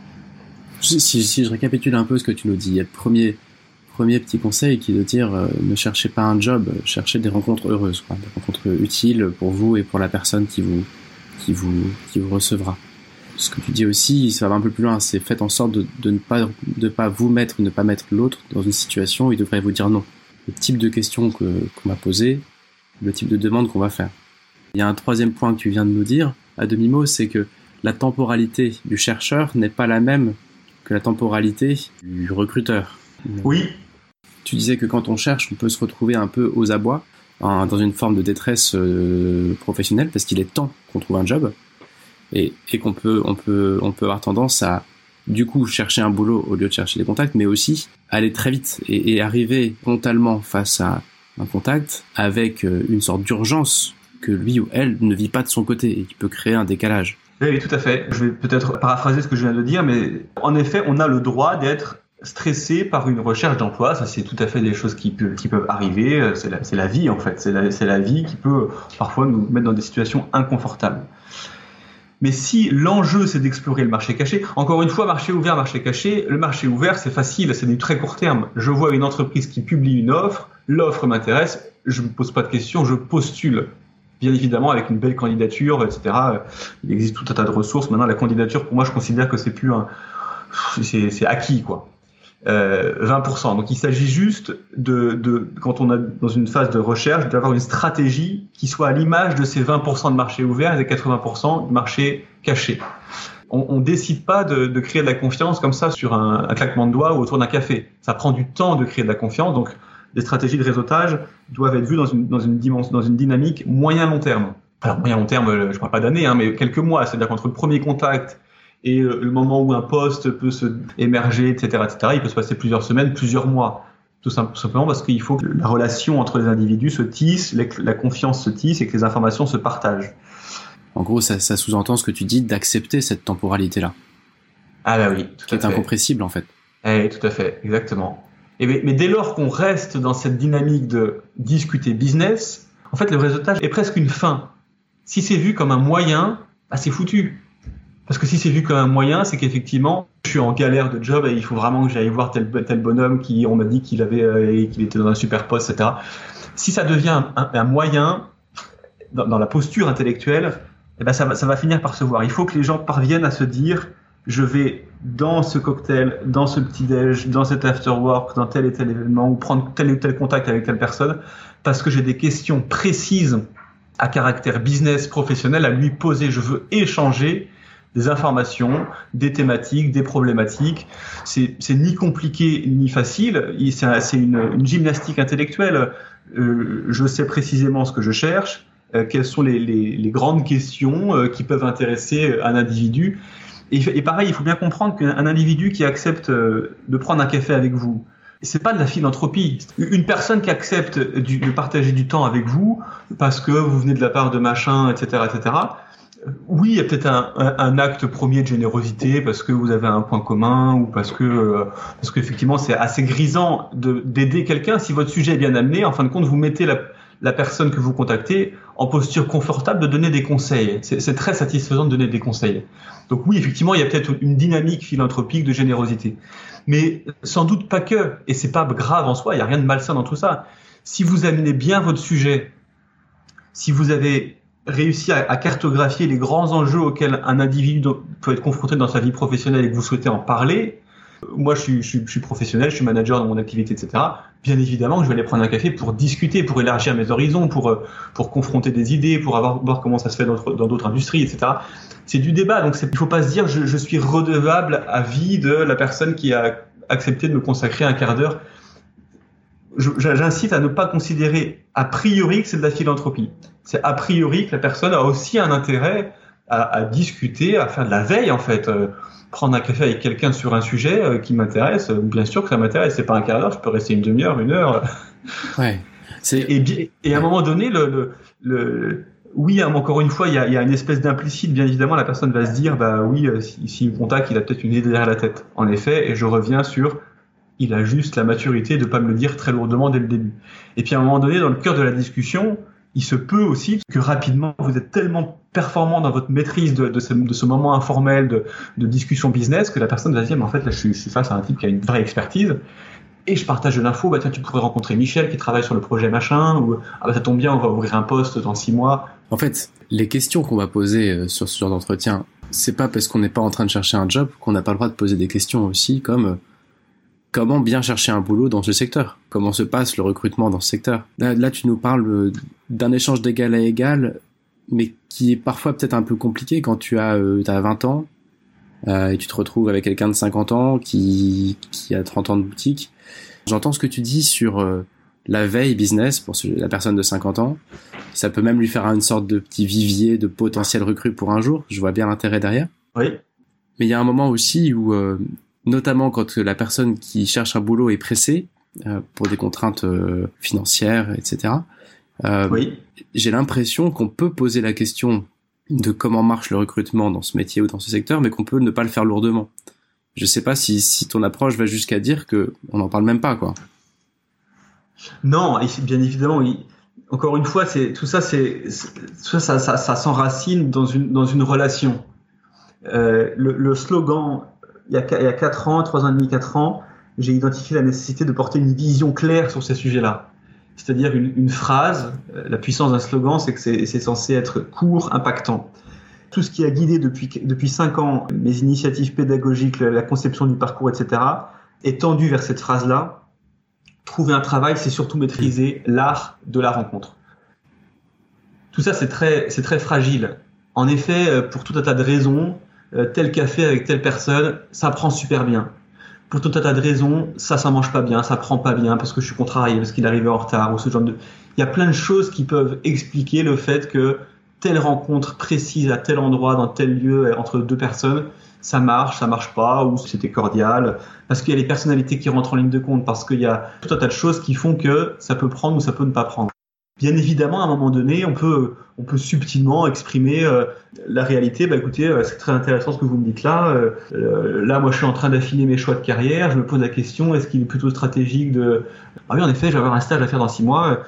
Si, si je récapitule un peu ce que tu nous dis, il y a le premier, premier petit conseil qui est de dire euh, ne cherchez pas un job, cherchez des rencontres heureuses, quoi, des rencontres utiles pour vous et pour la personne qui vous, qui vous, qui vous recevra. Ce que tu dis aussi, ça va un peu plus loin, c'est faites en sorte de, de ne pas, de pas vous mettre, ne pas mettre l'autre dans une situation où il devrait vous dire non. Le type de question que, qu'on m'a posé, le type de demande qu'on va faire. Il y a un troisième point que tu viens de nous dire, à demi-mot, c'est que la temporalité du chercheur n'est pas la même que la temporalité du recruteur. Oui. Tu disais que quand on cherche, on peut se retrouver un peu aux abois, en, dans une forme de détresse euh, professionnelle, parce qu'il est temps qu'on trouve un job. Et, et qu'on peut, on peut, on peut avoir tendance à, du coup, chercher un boulot au lieu de chercher des contacts, mais aussi aller très vite et, et arriver frontalement face à un contact avec une sorte d'urgence que lui ou elle ne vit pas de son côté et qui peut créer un décalage. Oui, oui, tout à fait. Je vais peut-être paraphraser ce que je viens de dire, mais en effet, on a le droit d'être stressé par une recherche d'emploi. Ça, c'est tout à fait des choses qui peuvent, qui peuvent arriver. C'est la, c'est la vie, en fait. C'est la, c'est la vie qui peut parfois nous mettre dans des situations inconfortables. Mais si l'enjeu, c'est d'explorer le marché caché, encore une fois, marché ouvert, marché caché, le marché ouvert, c'est facile, c'est du très court terme. Je vois une entreprise qui publie une offre, l'offre m'intéresse, je me pose pas de questions, je postule. Bien évidemment, avec une belle candidature, et cetera. Il existe tout un tas de ressources. Maintenant, la candidature, pour moi, je considère que c'est plus un, c'est, c'est acquis, quoi. Euh, vingt pour cent. Donc il s'agit juste de, de, quand on est dans une phase de recherche, d'avoir une stratégie qui soit à l'image de ces vingt pour cent de marché ouvert et des quatre-vingts pour cent de marché caché. On, on décide pas de, de créer de la confiance comme ça sur un, un claquement de doigts ou autour d'un café. Ça prend du temps de créer de la confiance. Donc les stratégies de réseautage doivent être vues dans une, dans une dimension, dans une dynamique moyen-long terme. Alors moyen-long terme, je parle pas d'années, hein, mais quelques mois. C'est-à-dire qu'entre le premier contact et le moment où un poste peut se émerger, et cetera, et cetera, il peut se passer plusieurs semaines, plusieurs mois. Tout simplement parce qu'il faut que la relation entre les individus se tisse, la confiance se tisse et que les informations se partagent. En gros, ça, ça sous-entend ce que tu dis, d'accepter cette temporalité-là. Ah bah oui, tout qui à est fait. Incompressible, en fait. Eh, tout à fait, exactement. Et mais, mais dès lors qu'on reste dans cette dynamique de discuter business, en fait, le réseautage est presque une fin. Si c'est vu comme un moyen, bah c'est foutu. Parce que si c'est vu comme un moyen, c'est qu'effectivement, je suis en galère de job et il faut vraiment que j'aille voir tel, tel bonhomme qui, on m'a dit qu'il avait, euh, qu'il était dans un super poste, et cetera. Si ça devient un, un moyen, dans, dans la posture intellectuelle, eh ben ça va, ça va finir par se voir. Il faut que les gens parviennent à se dire, je vais dans ce cocktail, dans ce petit-déj, dans cet after-work, dans tel et tel événement, ou prendre tel et tel contact avec telle personne, parce que j'ai des questions précises à caractère business, professionnel à lui poser. Je veux échanger des informations, des thématiques, des problématiques. C'est, c'est ni compliqué ni facile. C'est, c'est une, une gymnastique intellectuelle. Euh, je sais précisément ce que je cherche, euh, quelles sont les, les, les grandes questions euh, qui peuvent intéresser un individu. Et, et pareil, il faut bien comprendre qu'un individu qui accepte euh, de prendre un café avec vous, c'est pas de la philanthropie. Une personne qui accepte du, de partager du temps avec vous parce que vous venez de la part de machin, et cetera, et cetera. Oui, il y a peut-être un, un, un acte premier de générosité parce que vous avez un point commun ou parce que euh, parce qu'effectivement c'est assez grisant de, d'aider quelqu'un. Si votre sujet est bien amené, en fin de compte, vous mettez la, la personne que vous contactez en posture confortable de donner des conseils. C'est, c'est très satisfaisant de donner des conseils. Donc oui, effectivement, il y a peut-être une dynamique philanthropique de générosité, mais sans doute pas que. Et c'est pas grave en soi. Il y a rien de malsain dans tout ça. Si vous amenez bien votre sujet, si vous avez réussi à, à cartographier les grands enjeux auxquels un individu peut être confronté dans sa vie professionnelle et que vous souhaitez en parler, moi je suis, je suis, je suis professionnel, je suis manager dans mon activité, et cetera. Bien évidemment, je vais aller prendre un café pour discuter, pour élargir mes horizons, pour, pour confronter des idées, pour avoir, voir comment ça se fait dans, dans d'autres industries, et cetera. C'est du débat, donc c'est, il ne faut pas se dire je, je suis redevable à vie de la personne qui a accepté de me consacrer un quart d'heure. Je, j'incite à ne pas considérer a priori que c'est de la philanthropie. C'est a priori que la personne a aussi un intérêt à, à discuter, à faire de la veille en fait. Euh, prendre un café avec quelqu'un sur un sujet euh, qui m'intéresse, euh, bien sûr que ça m'intéresse. C'est pas un quart d'heure, je peux rester une demi-heure, une heure. Ouais. C'est... Et, et à un moment donné, le, le, le oui, encore une fois, il y a, il y a une espèce d'implicite. Bien évidemment, la personne va se dire, bah oui, si, s'il me contacte, il a peut-être une idée derrière la tête. En effet, et je reviens sur, il a juste la maturité de pas me le dire très lourdement dès le début. Et puis à un moment donné, dans le cœur de la discussion, il se peut aussi que rapidement, vous êtes tellement performant dans votre maîtrise de, de, ce, de ce moment informel de, de discussion business que la personne va se dire, mais en fait, là, je suis, je suis face à un type qui a une vraie expertise et je partage de l'info. Bah tiens, tu pourrais rencontrer Michel qui travaille sur le projet machin, ou ah bah ça tombe bien, on va ouvrir un poste dans six mois. En fait, les questions qu'on va poser sur ce genre d'entretien, c'est pas parce qu'on n'est pas en train de chercher un job qu'on n'a pas le droit de poser des questions aussi, comme comment bien chercher un boulot dans ce secteur? Comment se passe le recrutement dans ce secteur? Là, là, tu nous parles d'un échange d'égal à égal, mais qui est parfois peut-être un peu compliqué quand tu as, euh, t'as vingt ans euh, et tu te retrouves avec quelqu'un de cinquante ans qui, qui a trente ans de boutique. J'entends ce que tu dis sur euh, la veille business pour la personne de cinquante ans. Ça peut même lui faire une sorte de petit vivier de potentiel recrue pour un jour. Je vois bien l'intérêt derrière. Oui. Mais il y a un moment aussi où... Euh, notamment quand la personne qui cherche un boulot est pressée euh, pour des contraintes euh, financières, et cetera. Euh, oui. J'ai l'impression qu'on peut poser la question de comment marche le recrutement dans ce métier ou dans ce secteur, mais qu'on peut ne pas le faire lourdement. Je sais pas si, si ton approche va jusqu'à dire que on n'en parle même pas, quoi. Non, et bien évidemment, oui. Encore une fois, c'est tout ça, c'est, c'est tout ça, ça, ça, ça s'enracine dans une dans une relation. Euh, le, le slogan. Il y a quatre ans, trois ans et demi, quatre ans, j'ai identifié la nécessité de porter une vision claire sur ces sujets-là. C'est-à-dire une, une phrase, la puissance d'un slogan, c'est que c'est, c'est censé être court, impactant. Tout ce qui a guidé depuis, depuis cinq ans mes initiatives pédagogiques, la conception du parcours, et cetera, est tendu vers cette phrase-là. Trouver un travail, c'est surtout maîtriser l'art de la rencontre. Tout ça, c'est très, c'est très fragile. En effet, pour tout un tas de raisons, tel café avec telle personne, ça prend super bien. Pour tout un tas de raisons, ça, ça mange pas bien, ça prend pas bien parce que je suis contrarié, parce qu'il est arrivé en retard ou ce genre de... Il y a plein de choses qui peuvent expliquer le fait que telle rencontre précise à tel endroit, dans tel lieu, entre deux personnes, ça marche, ça marche pas, ou c'était cordial, parce qu'il y a les personnalités qui rentrent en ligne de compte, parce qu'il y a tout un tas de choses qui font que ça peut prendre ou ça peut ne pas prendre. Bien évidemment, à un moment donné, on peut, on peut subtilement exprimer euh, la réalité. Bah écoutez, euh, c'est très intéressant ce que vous me dites là. Euh, là, moi, je suis en train d'affiner mes choix de carrière. Je me pose la question, est-ce qu'il est plutôt stratégique de... Ah oui, en effet, je vais avoir un stage à faire dans six mois.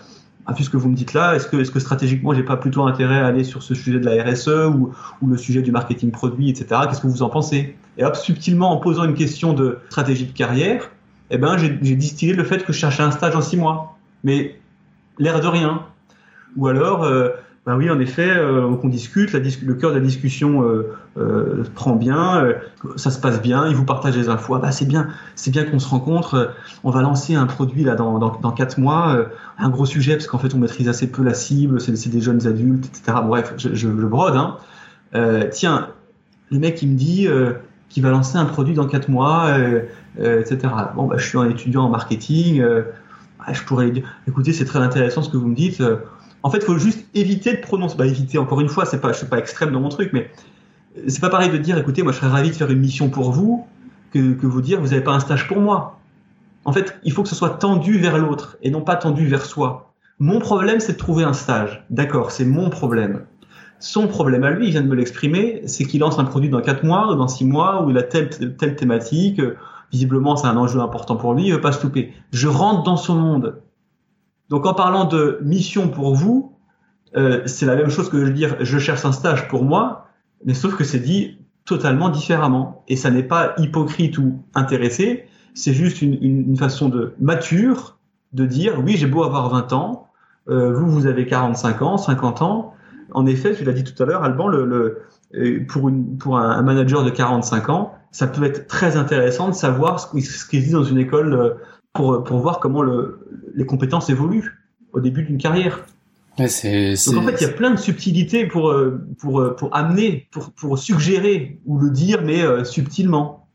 ah, puisque vous me dites là, est-ce que, est-ce que stratégiquement, j'ai pas plutôt intérêt à aller sur ce sujet de la R S E ou, ou le sujet du marketing produit, et cetera. Qu'est-ce que vous en pensez? Et hop, subtilement, en posant une question de stratégie de carrière, eh ben, j'ai, j'ai distillé le fait que je cherchais un stage en six mois. Mais l'air de rien. Ou alors, euh, ben oui, en effet, euh, qu'on discute, la dis- le cœur de la discussion euh, euh, prend bien, euh, ça se passe bien, ils vous partagent les infos. Ah bah c'est bien, c'est bien qu'on se rencontre. Euh, on va lancer un produit là dans dans, dans quatre mois, euh, un gros sujet parce qu'en fait on maîtrise assez peu la cible, c'est, c'est des jeunes adultes, et cetera. Bref, je, je, je brode. Hein. Euh, tiens, le mec il me dit euh, qu'il va lancer un produit dans quatre mois, euh, euh, et cetera. Bon bah je suis un étudiant en marketing, euh, je pourrais lui dire, écoutez c'est très intéressant ce que vous me dites. Euh, En fait, il faut juste éviter de prononcer. Bah, éviter, encore une fois, c'est pas, je suis pas extrême dans mon truc, mais c'est pas pareil de dire, écoutez, moi, je serais ravi de faire une mission pour vous, que, que vous dire, vous n'avez pas un stage pour moi. En fait, il faut que ce soit tendu vers l'autre et non pas tendu vers soi. Mon problème, c'est de trouver un stage. D'accord, c'est mon problème. Son problème à lui, il vient de me l'exprimer, c'est qu'il lance un produit dans quatre mois ou dans six mois où il a telle, telle thématique. Visiblement, c'est un enjeu important pour lui, il veut pas se louper. Je rentre dans son monde. Donc en parlant de mission pour vous, euh, c'est la même chose que de dire je cherche un stage pour moi, mais sauf que c'est dit totalement différemment. Et ça n'est pas hypocrite ou intéressé, c'est juste une, une, une façon de mature de dire oui j'ai beau avoir vingt ans, euh, vous vous avez quarante-cinq ans, cinquante ans. En effet, tu l'as dit tout à l'heure, Alban, le, le, pour, une, pour un, un manager de quarante-cinq ans, ça peut être très intéressant de savoir ce, ce qui se dit dans une école. Euh, Pour, pour voir comment le, les compétences évoluent au début d'une carrière. Ouais, c'est, c'est, Donc en fait, il y a plein de subtilités pour, pour, pour amener, pour, pour suggérer ou le dire, mais euh, subtilement.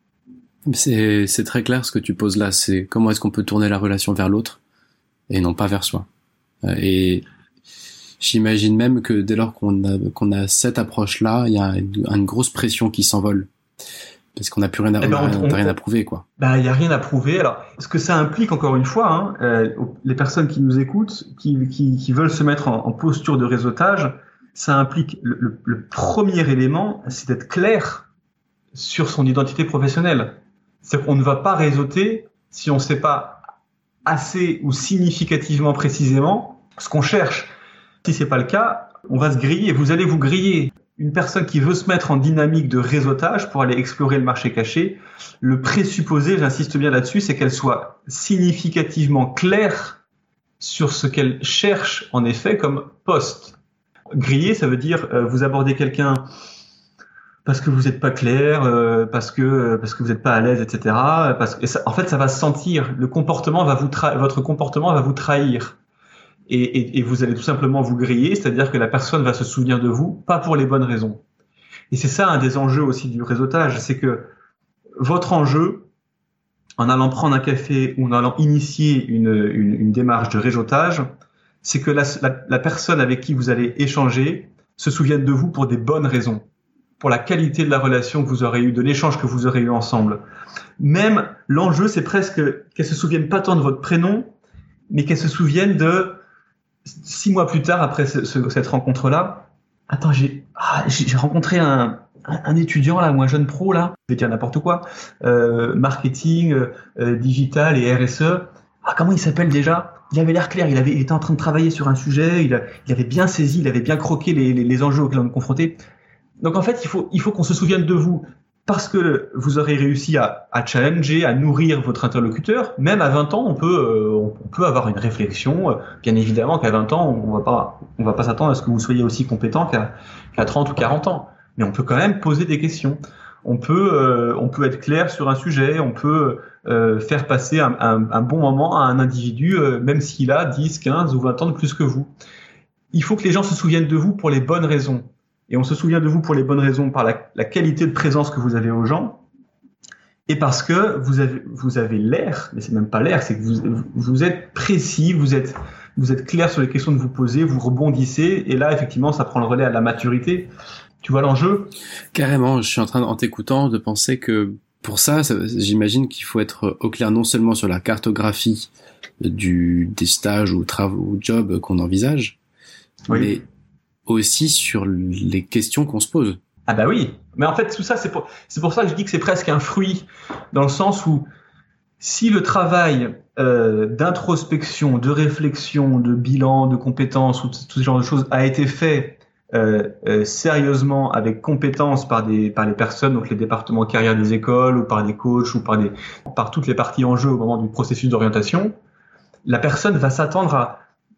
c'est, c'est très clair ce que tu poses là. C'est comment est-ce qu'on peut tourner la relation vers l'autre et non pas vers soi. Et j'imagine même que dès lors qu'on a, qu'on a cette approche-là, il y a une, une grosse pression qui s'envole. Parce qu'on n'a plus rien à, eh ben, on, on, on, rien à prouver, quoi. Bah, il y a rien à prouver. Alors, ce que ça implique, encore une fois, hein, euh, les personnes qui nous écoutent, qui, qui, qui veulent se mettre en, en posture de réseautage, ça implique le, le, le premier élément, c'est d'être clair sur son identité professionnelle. C'est qu'on ne va pas réseauter si on ne sait pas assez ou significativement précisément ce qu'on cherche. Si c'est pas le cas, on va se griller. Vous allez vous griller. Une personne qui veut se mettre en dynamique de réseautage pour aller explorer le marché caché, le présupposé, j'insiste bien là-dessus, c'est qu'elle soit significativement claire sur ce qu'elle cherche en effet comme poste. Griller, ça veut dire euh, vous abordez quelqu'un parce que vous n'êtes pas clair, euh, parce que parce que vous n'êtes pas à l'aise, et cetera. Parce que ça, en fait, ça va se sentir. Le comportement va vous tra- votre comportement va vous trahir. Et, et, et vous allez tout simplement vous griller, c'est-à-dire que la personne va se souvenir de vous, pas pour les bonnes raisons. Et c'est ça un des enjeux aussi du réseautage, c'est que votre enjeu, en allant prendre un café ou en allant initier une, une, une démarche de réseautage, c'est que la, la, la personne avec qui vous allez échanger se souvienne de vous pour des bonnes raisons, pour la qualité de la relation que vous aurez eue, de l'échange que vous aurez eu ensemble. Même l'enjeu, c'est presque qu'elle se souvienne pas tant de votre prénom, mais qu'elle se souvienne de six mois plus tard, après ce, ce, cette rencontre-là, attends, j'ai, ah, j'ai rencontré un, un, un étudiant là, ou un jeune pro là, je vais dire n'importe quoi, euh, marketing, euh, digital et R S E. Ah, comment il s'appelle déjà? Il avait l'air clair, il avait, il était en train de travailler sur un sujet, il, a, il avait bien saisi, il avait bien croqué les, les, les enjeux auxquels on est confronté. Donc en fait, il faut, il faut qu'on se souvienne de vous. Parce que vous aurez réussi à, à challenger, à nourrir votre interlocuteur. Même à vingt ans, on peut, euh, on peut avoir une réflexion. Bien évidemment qu'à vingt ans, on va pas, on va pas s'attendre à ce que vous soyez aussi compétent qu'à, qu'à trente ou quarante ans. Mais on peut quand même poser des questions. On peut, euh, on peut être clair sur un sujet. On peut euh, faire passer un, un, un bon moment à un individu, euh, même s'il a dix, quinze ou vingt ans de plus que vous. Il faut que les gens se souviennent de vous pour les bonnes raisons. Et on se souvient de vous pour les bonnes raisons, par la, la qualité de présence que vous avez aux gens, et parce que vous avez, vous avez l'air, mais c'est même pas l'air, c'est que vous, vous êtes précis, vous êtes, vous êtes clair sur les questions que vous posez, vous rebondissez, et là, effectivement, ça prend le relais à la maturité. Tu vois l'enjeu? Carrément, je suis en train, en t'écoutant, de penser que pour ça, ça j'imagine qu'il faut être au clair non seulement sur la cartographie du, des stages ou travaux ou jobs qu'on envisage, oui. mais aussi sur les questions qu'on se pose. Ah bah oui, mais en fait tout ça c'est pour c'est pour ça que je dis que c'est presque un fruit, dans le sens où Si le travail euh, d'introspection, de réflexion, de bilan, de compétences, ou tout ce genre de choses a été fait euh, euh, sérieusement, avec compétence par des par les personnes, donc les départements carrière des écoles, ou par des coachs, ou par des par toutes les parties en jeu au moment du processus d'orientation, la personne va s'attendre à,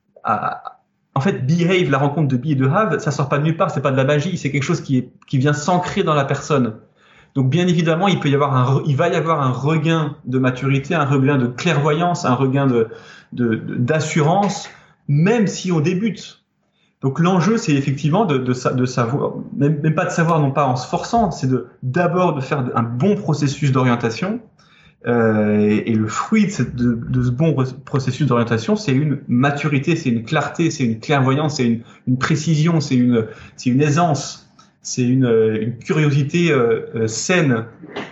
à en fait, behave, la rencontre de be et de have, ça sort pas de nulle part, c'est pas de la magie, c'est quelque chose qui est qui vient s'ancrer dans la personne. Donc bien évidemment, il peut y avoir un, il va y avoir un regain de maturité, un regain de clairvoyance, un regain de, de, de d'assurance, même si on débute. Donc l'enjeu, c'est effectivement de, de, de savoir, même, même pas de savoir, non pas en se forçant, c'est de d'abord de faire un bon processus d'orientation. Euh, et, et le fruit de, cette, de, de ce bon processus d'orientation, c'est une maturité, c'est une clarté, c'est une clairvoyance, c'est une, une précision, c'est une, c'est une aisance, c'est une, une curiosité euh, euh, saine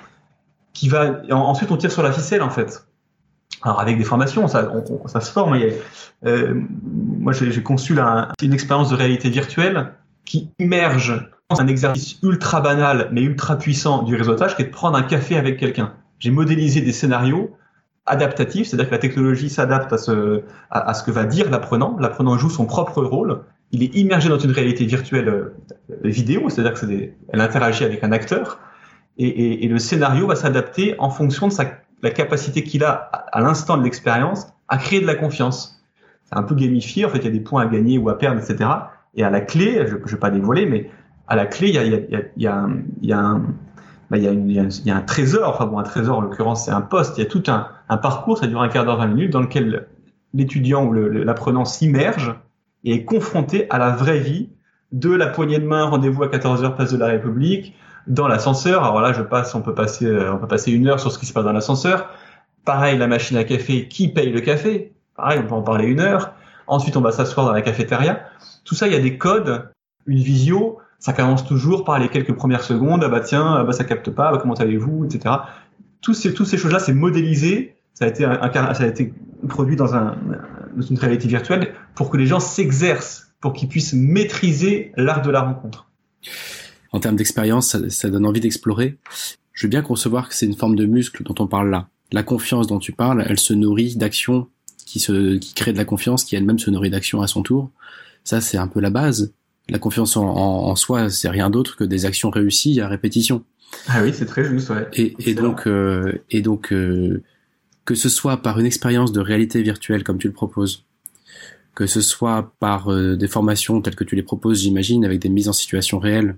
qui va. Ensuite, on tire sur la ficelle en fait. Alors avec des formations, ça, on, on, ça se forme. Il y a, euh, moi, j'ai, j'ai conçu la, une expérience de réalité virtuelle qui immerge dans un exercice ultra banal mais ultra puissant du réseautage, qui est de prendre un café avec quelqu'un. J'ai modélisé des scénarios adaptatifs, c'est-à-dire que la technologie s'adapte à ce, à, à ce que va dire l'apprenant. L'apprenant joue son propre rôle. Il est immergé dans une réalité virtuelle euh, vidéo, c'est-à-dire que c'est des, elle interagit avec un acteur. Et, et, et le scénario va s'adapter en fonction de sa, la capacité qu'il a à, à l'instant de l'expérience à créer de la confiance. C'est un peu gamifié, en fait, il y a des points à gagner ou à perdre, et cetera. Et à la clé, je ne vais pas dévoiler, mais à la clé, il y a, il y a, il y a, il y a un... Il y a un Ben, il, y a une, il, y a, il y a un trésor, enfin bon, un trésor en l'occurrence c'est un poste, il y a tout un, un parcours, ça dure un quart d'heure, vingt minutes, dans lequel l'étudiant ou le, l'apprenant s'immerge et est confronté à la vraie vie de la poignée de main, rendez-vous à quatorze heures, place de la République, dans l'ascenseur. Alors là, je passe, on peut passer, on peut passer une heure sur ce qui se passe dans l'ascenseur. Pareil, la machine à café, qui paye le café? Pareil, on peut en parler une heure. Ensuite, on va s'asseoir dans la cafétéria. Tout ça, il y a des codes, une visio. Ça commence toujours par les quelques premières secondes. Ah bah tiens, ah bah ça capte pas. Ah bah comment allez-vous, et cetera. Tous ces, toutes ces choses-là, c'est modélisé. Ça a été, un, un, ça a été produit dans, un, dans une réalité virtuelle pour que les gens s'exercent, pour qu'ils puissent maîtriser l'art de la rencontre. En termes d'expérience, ça, ça donne envie d'explorer. Je veux bien concevoir que c'est une forme de muscle dont on parle là. La confiance dont tu parles, elle se nourrit d'actions qui se, qui créent de la confiance, qui elle-même se nourrit d'actions à son tour. Ça, c'est un peu la base. La confiance en, en, en soi, c'est rien d'autre que des actions réussies à répétition. Ah oui, c'est très juste, ouais. Et, et donc, euh, et donc, euh, que ce soit par une expérience de réalité virtuelle comme tu le proposes, que ce soit par euh, des formations telles que tu les proposes, j'imagine, avec des mises en situation réelles,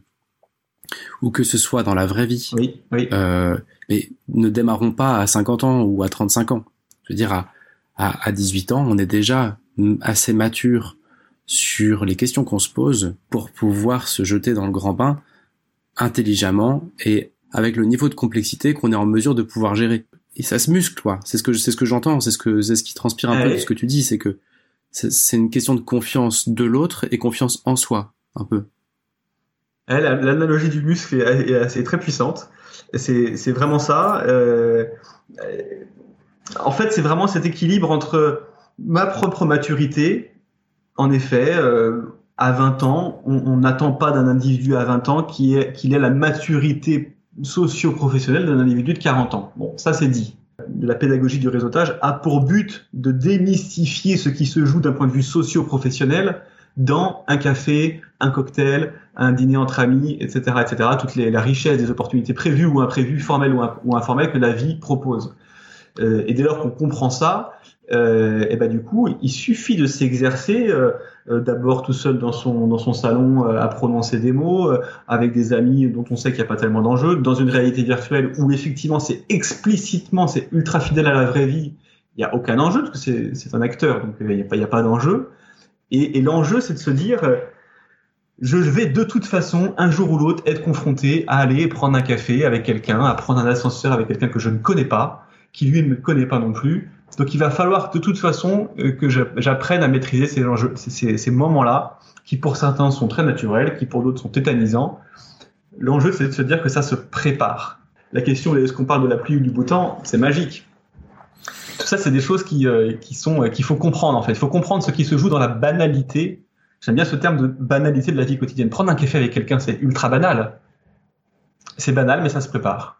ou que ce soit dans la vraie vie. Oui, oui. Euh, mais ne démarrons pas à cinquante ans ou à trente-cinq ans. Je veux dire, à, à, à dix-huit ans, on est déjà assez mature sur les questions qu'on se pose pour pouvoir se jeter dans le grand bain intelligemment et avec le niveau de complexité qu'on est en mesure de pouvoir gérer. Et ça se muscle, quoi. C'est ce que c'est ce que j'entends, c'est ce que c'est ce qui transpire un ah peu oui. de ce que tu dis, c'est que c'est, c'est une question de confiance de l'autre et confiance en soi, un peu. L'analogie du muscle est, est, est très puissante. C'est, c'est vraiment ça. Euh, en fait, c'est vraiment cet équilibre entre ma propre maturité. En effet, euh, à vingt ans, on n'attend pas d'un individu à vingt ans qui ait, qu'il ait la maturité socio-professionnelle d'un individu de quarante ans. Bon, ça c'est dit. La pédagogie du réseautage a pour but de démystifier ce qui se joue d'un point de vue socio-professionnel dans un café, un cocktail, un dîner entre amis, et cetera, et cetera. Toute les, la richesse des opportunités prévues ou imprévues, formelles ou, un, ou informelles que la vie propose. Euh, et dès lors qu'on comprend ça, euh, et ben du coup, il suffit de s'exercer euh, euh, d'abord tout seul dans son dans son salon euh, à prononcer des mots, euh, avec des amis dont on sait qu'il n'y a pas tellement d'enjeux, dans une réalité virtuelle où effectivement c'est explicitement, c'est ultra fidèle à la vraie vie. Il n'y a aucun enjeu parce que c'est c'est un acteur, donc il n'y a pas il y a pas d'enjeu. Et, et l'enjeu, c'est de se dire, euh, je vais de toute façon, un jour ou l'autre, être confronté à aller prendre un café avec quelqu'un, à prendre un ascenseur avec quelqu'un que je ne connais pas, qui lui ne me connaît pas non plus. Donc il va falloir de toute façon euh, que j'apprenne à maîtriser ces enjeux, ces, ces moments-là, qui pour certains sont très naturels, qui pour d'autres sont tétanisants. L'enjeu, c'est de se dire que ça se prépare. La question, est-ce qu'on parle de la pluie ou du beau temps? C'est magique. Tout ça, c'est des choses qui, euh, qui sont, euh, qu'il faut comprendre en fait. Il faut comprendre ce qui se joue dans la banalité. J'aime bien ce terme de banalité de la vie quotidienne. Prendre un café avec quelqu'un, c'est ultra banal. C'est banal, mais ça se prépare.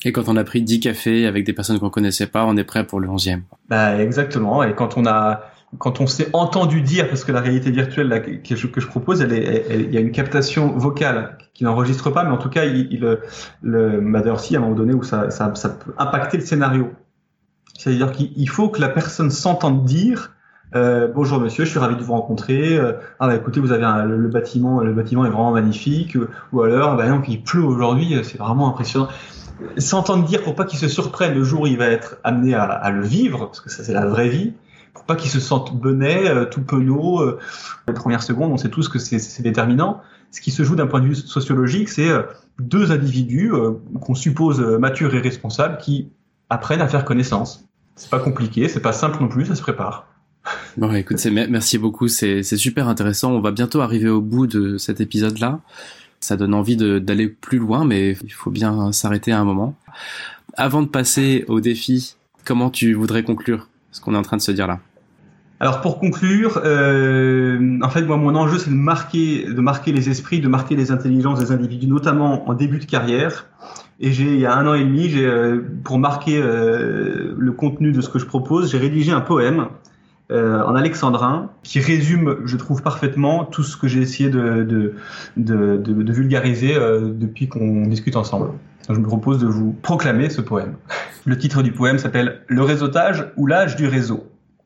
Et quand on a pris dix cafés avec des personnes qu'on connaissait pas, on est prêt pour le onzième. Bah, exactement. Et quand on a, quand on s'est entendu dire, parce que la réalité virtuelle là, que, je, que je propose, elle est, elle, il y a une captation vocale qui n'enregistre pas, mais en tout cas, il, il le, bah d'ailleurs, si, à un moment donné où ça, ça, ça peut impacter le scénario. C'est-à-dire qu'il faut que la personne s'entende dire, euh, bonjour monsieur, je suis ravi de vous rencontrer. Euh, ah bah écoutez, vous avez un, le, le bâtiment, le bâtiment est vraiment magnifique. Ou alors, bah non, il pleut aujourd'hui, c'est vraiment impressionnant. S'entendre dire pour pas qu'il se surprenne le jour où il va être amené à, à le vivre, parce que ça c'est la vraie vie, pour pas qu'il se sente bonnet, euh, tout penaud. Euh, les premières secondes, on sait tous que c'est, c'est déterminant. Ce qui se joue d'un point de vue sociologique, c'est euh, deux individus euh, qu'on suppose euh, matures et responsables qui apprennent à faire connaissance. C'est pas compliqué, c'est pas simple non plus, ça se prépare. Bon, écoute, c'est, merci beaucoup, c'est, c'est super intéressant. On va bientôt arriver au bout de cet épisode-là. Ça donne envie de, d'aller plus loin, mais il faut bien s'arrêter à un moment. Avant de passer au défi, comment tu voudrais conclure ce qu'on est en train de se dire là? Alors pour conclure, euh, en fait, moi, mon enjeu, c'est de marquer, de marquer les esprits, de marquer les intelligences des individus, notamment en début de carrière. Et j'ai, il y a un an et demi, j'ai, euh, pour marquer euh, le contenu de ce que je propose, j'ai rédigé un poème euh, en alexandrin qui résume, je trouve parfaitement, tout ce que j'ai essayé de, de, de, de, de vulgariser euh, depuis qu'on discute ensemble. Donc, je me propose de vous proclamer ce poème. Le titre du poème s'appelle « Le réseautage ou l'âge du réseau ».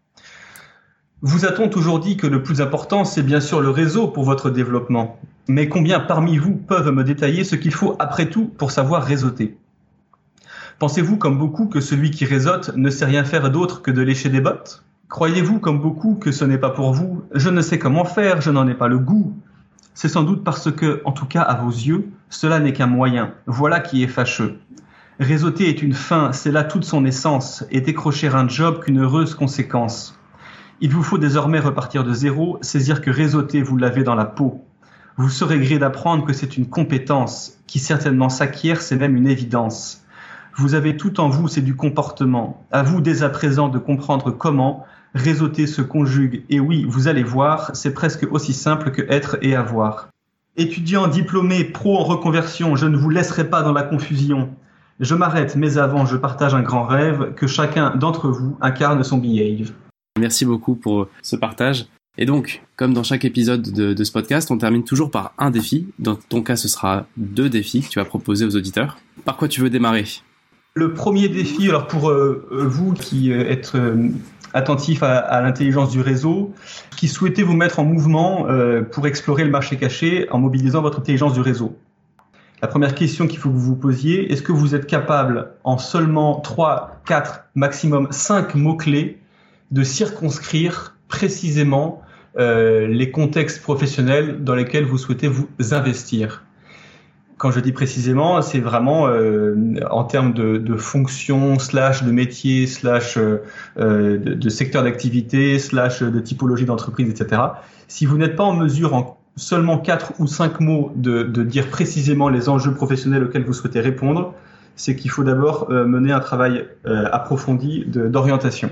Vous a-t-on toujours dit que le plus important, c'est bien sûr le réseau pour votre développement. Mais combien parmi vous peuvent me détailler ce qu'il faut après tout pour savoir réseauter? Pensez-vous comme beaucoup que celui qui réseaute ne sait rien faire d'autre que de lécher des bottes? Croyez-vous comme beaucoup que ce n'est pas pour vous? Je ne sais comment faire, je n'en ai pas le goût. C'est sans doute parce que, en tout cas à vos yeux, cela n'est qu'un moyen. Voilà qui est fâcheux. Réseauter est une fin, c'est là toute son essence, et décrocher un job qu'une heureuse conséquence. Il vous faut désormais repartir de zéro, saisir que réseauter, vous l'avez dans la peau. Vous serez gré d'apprendre que c'est une compétence, qui certainement s'acquiert, c'est même une évidence. Vous avez tout en vous, c'est du comportement. À vous dès à présent de comprendre comment réseauter se conjugue. Et oui, vous allez voir, c'est presque aussi simple que être et avoir. Étudiant, diplômé, pro en reconversion, je ne vous laisserai pas dans la confusion. Je m'arrête, mais avant, je partage un grand rêve, que chacun d'entre vous incarne son behave. Merci beaucoup pour ce partage. Et donc, comme dans chaque épisode de, de ce podcast, on termine toujours par un défi. Dans ton cas, ce sera deux défis que tu vas proposer aux auditeurs. Par quoi tu veux démarrer? Le premier défi, alors pour euh, vous qui euh, êtes euh, attentifs à, à l'intelligence du réseau, qui souhaitez vous mettre en mouvement euh, pour explorer le marché caché en mobilisant votre intelligence du réseau. La première question qu'il faut que vous vous posiez, est-ce que vous êtes capable, en seulement trois, quatre, maximum cinq mots-clés, de circonscrire précisément euh, les contextes professionnels dans lesquels vous souhaitez vous investir? Quand je dis précisément, c'est vraiment euh, en termes de, de fonction, slash de métier, slash euh, de, de secteur d'activité, slash de typologie d'entreprise, et cetera. Si vous n'êtes pas en mesure, en seulement quatre ou cinq mots, de, de dire précisément les enjeux professionnels auxquels vous souhaitez répondre, c'est qu'il faut d'abord euh, mener un travail euh, approfondi de, d'orientation.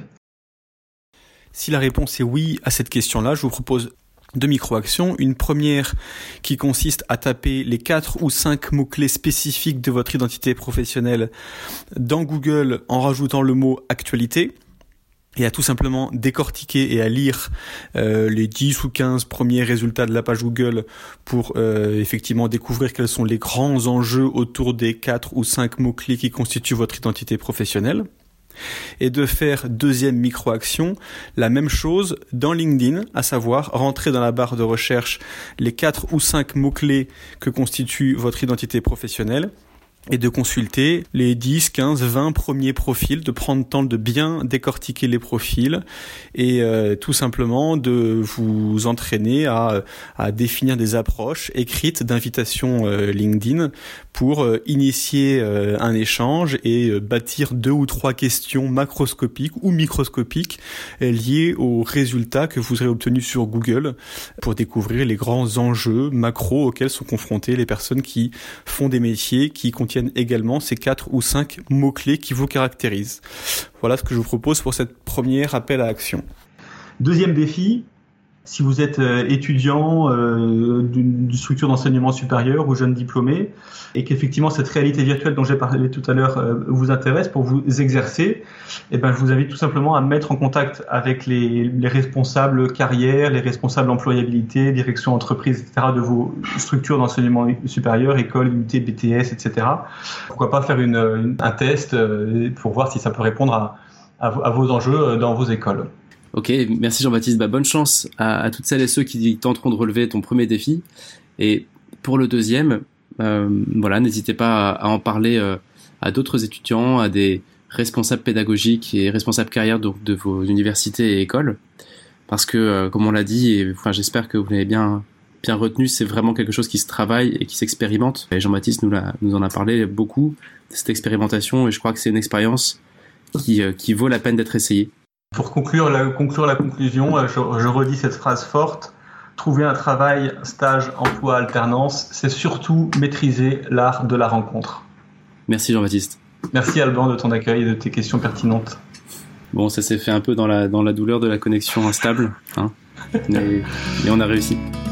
Si la réponse est oui à cette question-là, je vous propose deux micro-actions. Une première qui consiste à taper les quatre ou cinq mots-clés spécifiques de votre identité professionnelle dans Google en rajoutant le mot « actualité ». Et à tout simplement décortiquer et à lire euh, les dix ou quinze premiers résultats de la page Google pour euh, effectivement découvrir quels sont les grands enjeux autour des quatre ou cinq mots-clés qui constituent votre identité professionnelle. Et de faire, deuxième micro-action, la même chose dans LinkedIn, à savoir rentrer dans la barre de recherche les quatre ou cinq mots-clés que constitue votre identité professionnelle et de consulter les dix, quinze, vingt premiers profils, de prendre le temps de bien décortiquer les profils et euh, tout simplement de vous entraîner à, à définir des approches écrites d'invitation euh, LinkedIn pour euh, initier euh, un échange et euh, bâtir deux ou trois questions macroscopiques ou microscopiques euh, liées aux résultats que vous aurez obtenus sur Google pour découvrir les grands enjeux macro auxquels sont confrontées les personnes qui font des métiers qui contiennent également ces quatre ou cinq mots-clés qui vous caractérisent. Voilà ce que je vous propose pour cette première appel à action. Deuxième défi, Si vous êtes euh, étudiant euh, d'une, d'une structure d'enseignement supérieur ou jeune diplômé, et qu'effectivement cette réalité virtuelle dont j'ai parlé tout à l'heure euh, vous intéresse pour vous exercer, eh ben, je vous invite tout simplement à mettre en contact avec les, les responsables carrière, les responsables employabilité, direction entreprise, et cetera de vos structures d'enseignement supérieur, école, U T, B T S, et cetera. Pourquoi pas faire une, une, un test euh, pour voir si ça peut répondre à, à, à vos enjeux dans vos écoles. Ok, merci Jean-Baptiste. Bah, bonne chance à, à toutes celles et ceux qui tenteront de relever ton premier défi. Et pour le deuxième, euh, voilà, n'hésitez pas à, à en parler euh, à d'autres étudiants, à des responsables pédagogiques et responsables carrière donc, de vos universités et écoles. Parce que, euh, comme on l'a dit, et enfin, j'espère que vous l'avez bien, bien retenu, c'est vraiment quelque chose qui se travaille et qui s'expérimente. Et Jean-Baptiste nous, l'a, nous en a parlé beaucoup de cette expérimentation et je crois que c'est une expérience qui, euh, qui vaut la peine d'être essayée. Pour conclure la, conclure la conclusion, je, je redis cette phrase forte. Trouver un travail, stage, emploi, alternance, c'est surtout maîtriser l'art de la rencontre. Merci Jean-Baptiste. Merci Alban de ton accueil et de tes questions pertinentes. Bon, ça s'est fait un peu dans la, dans la douleur de la connexion instable, hein, mais, mais on a réussi.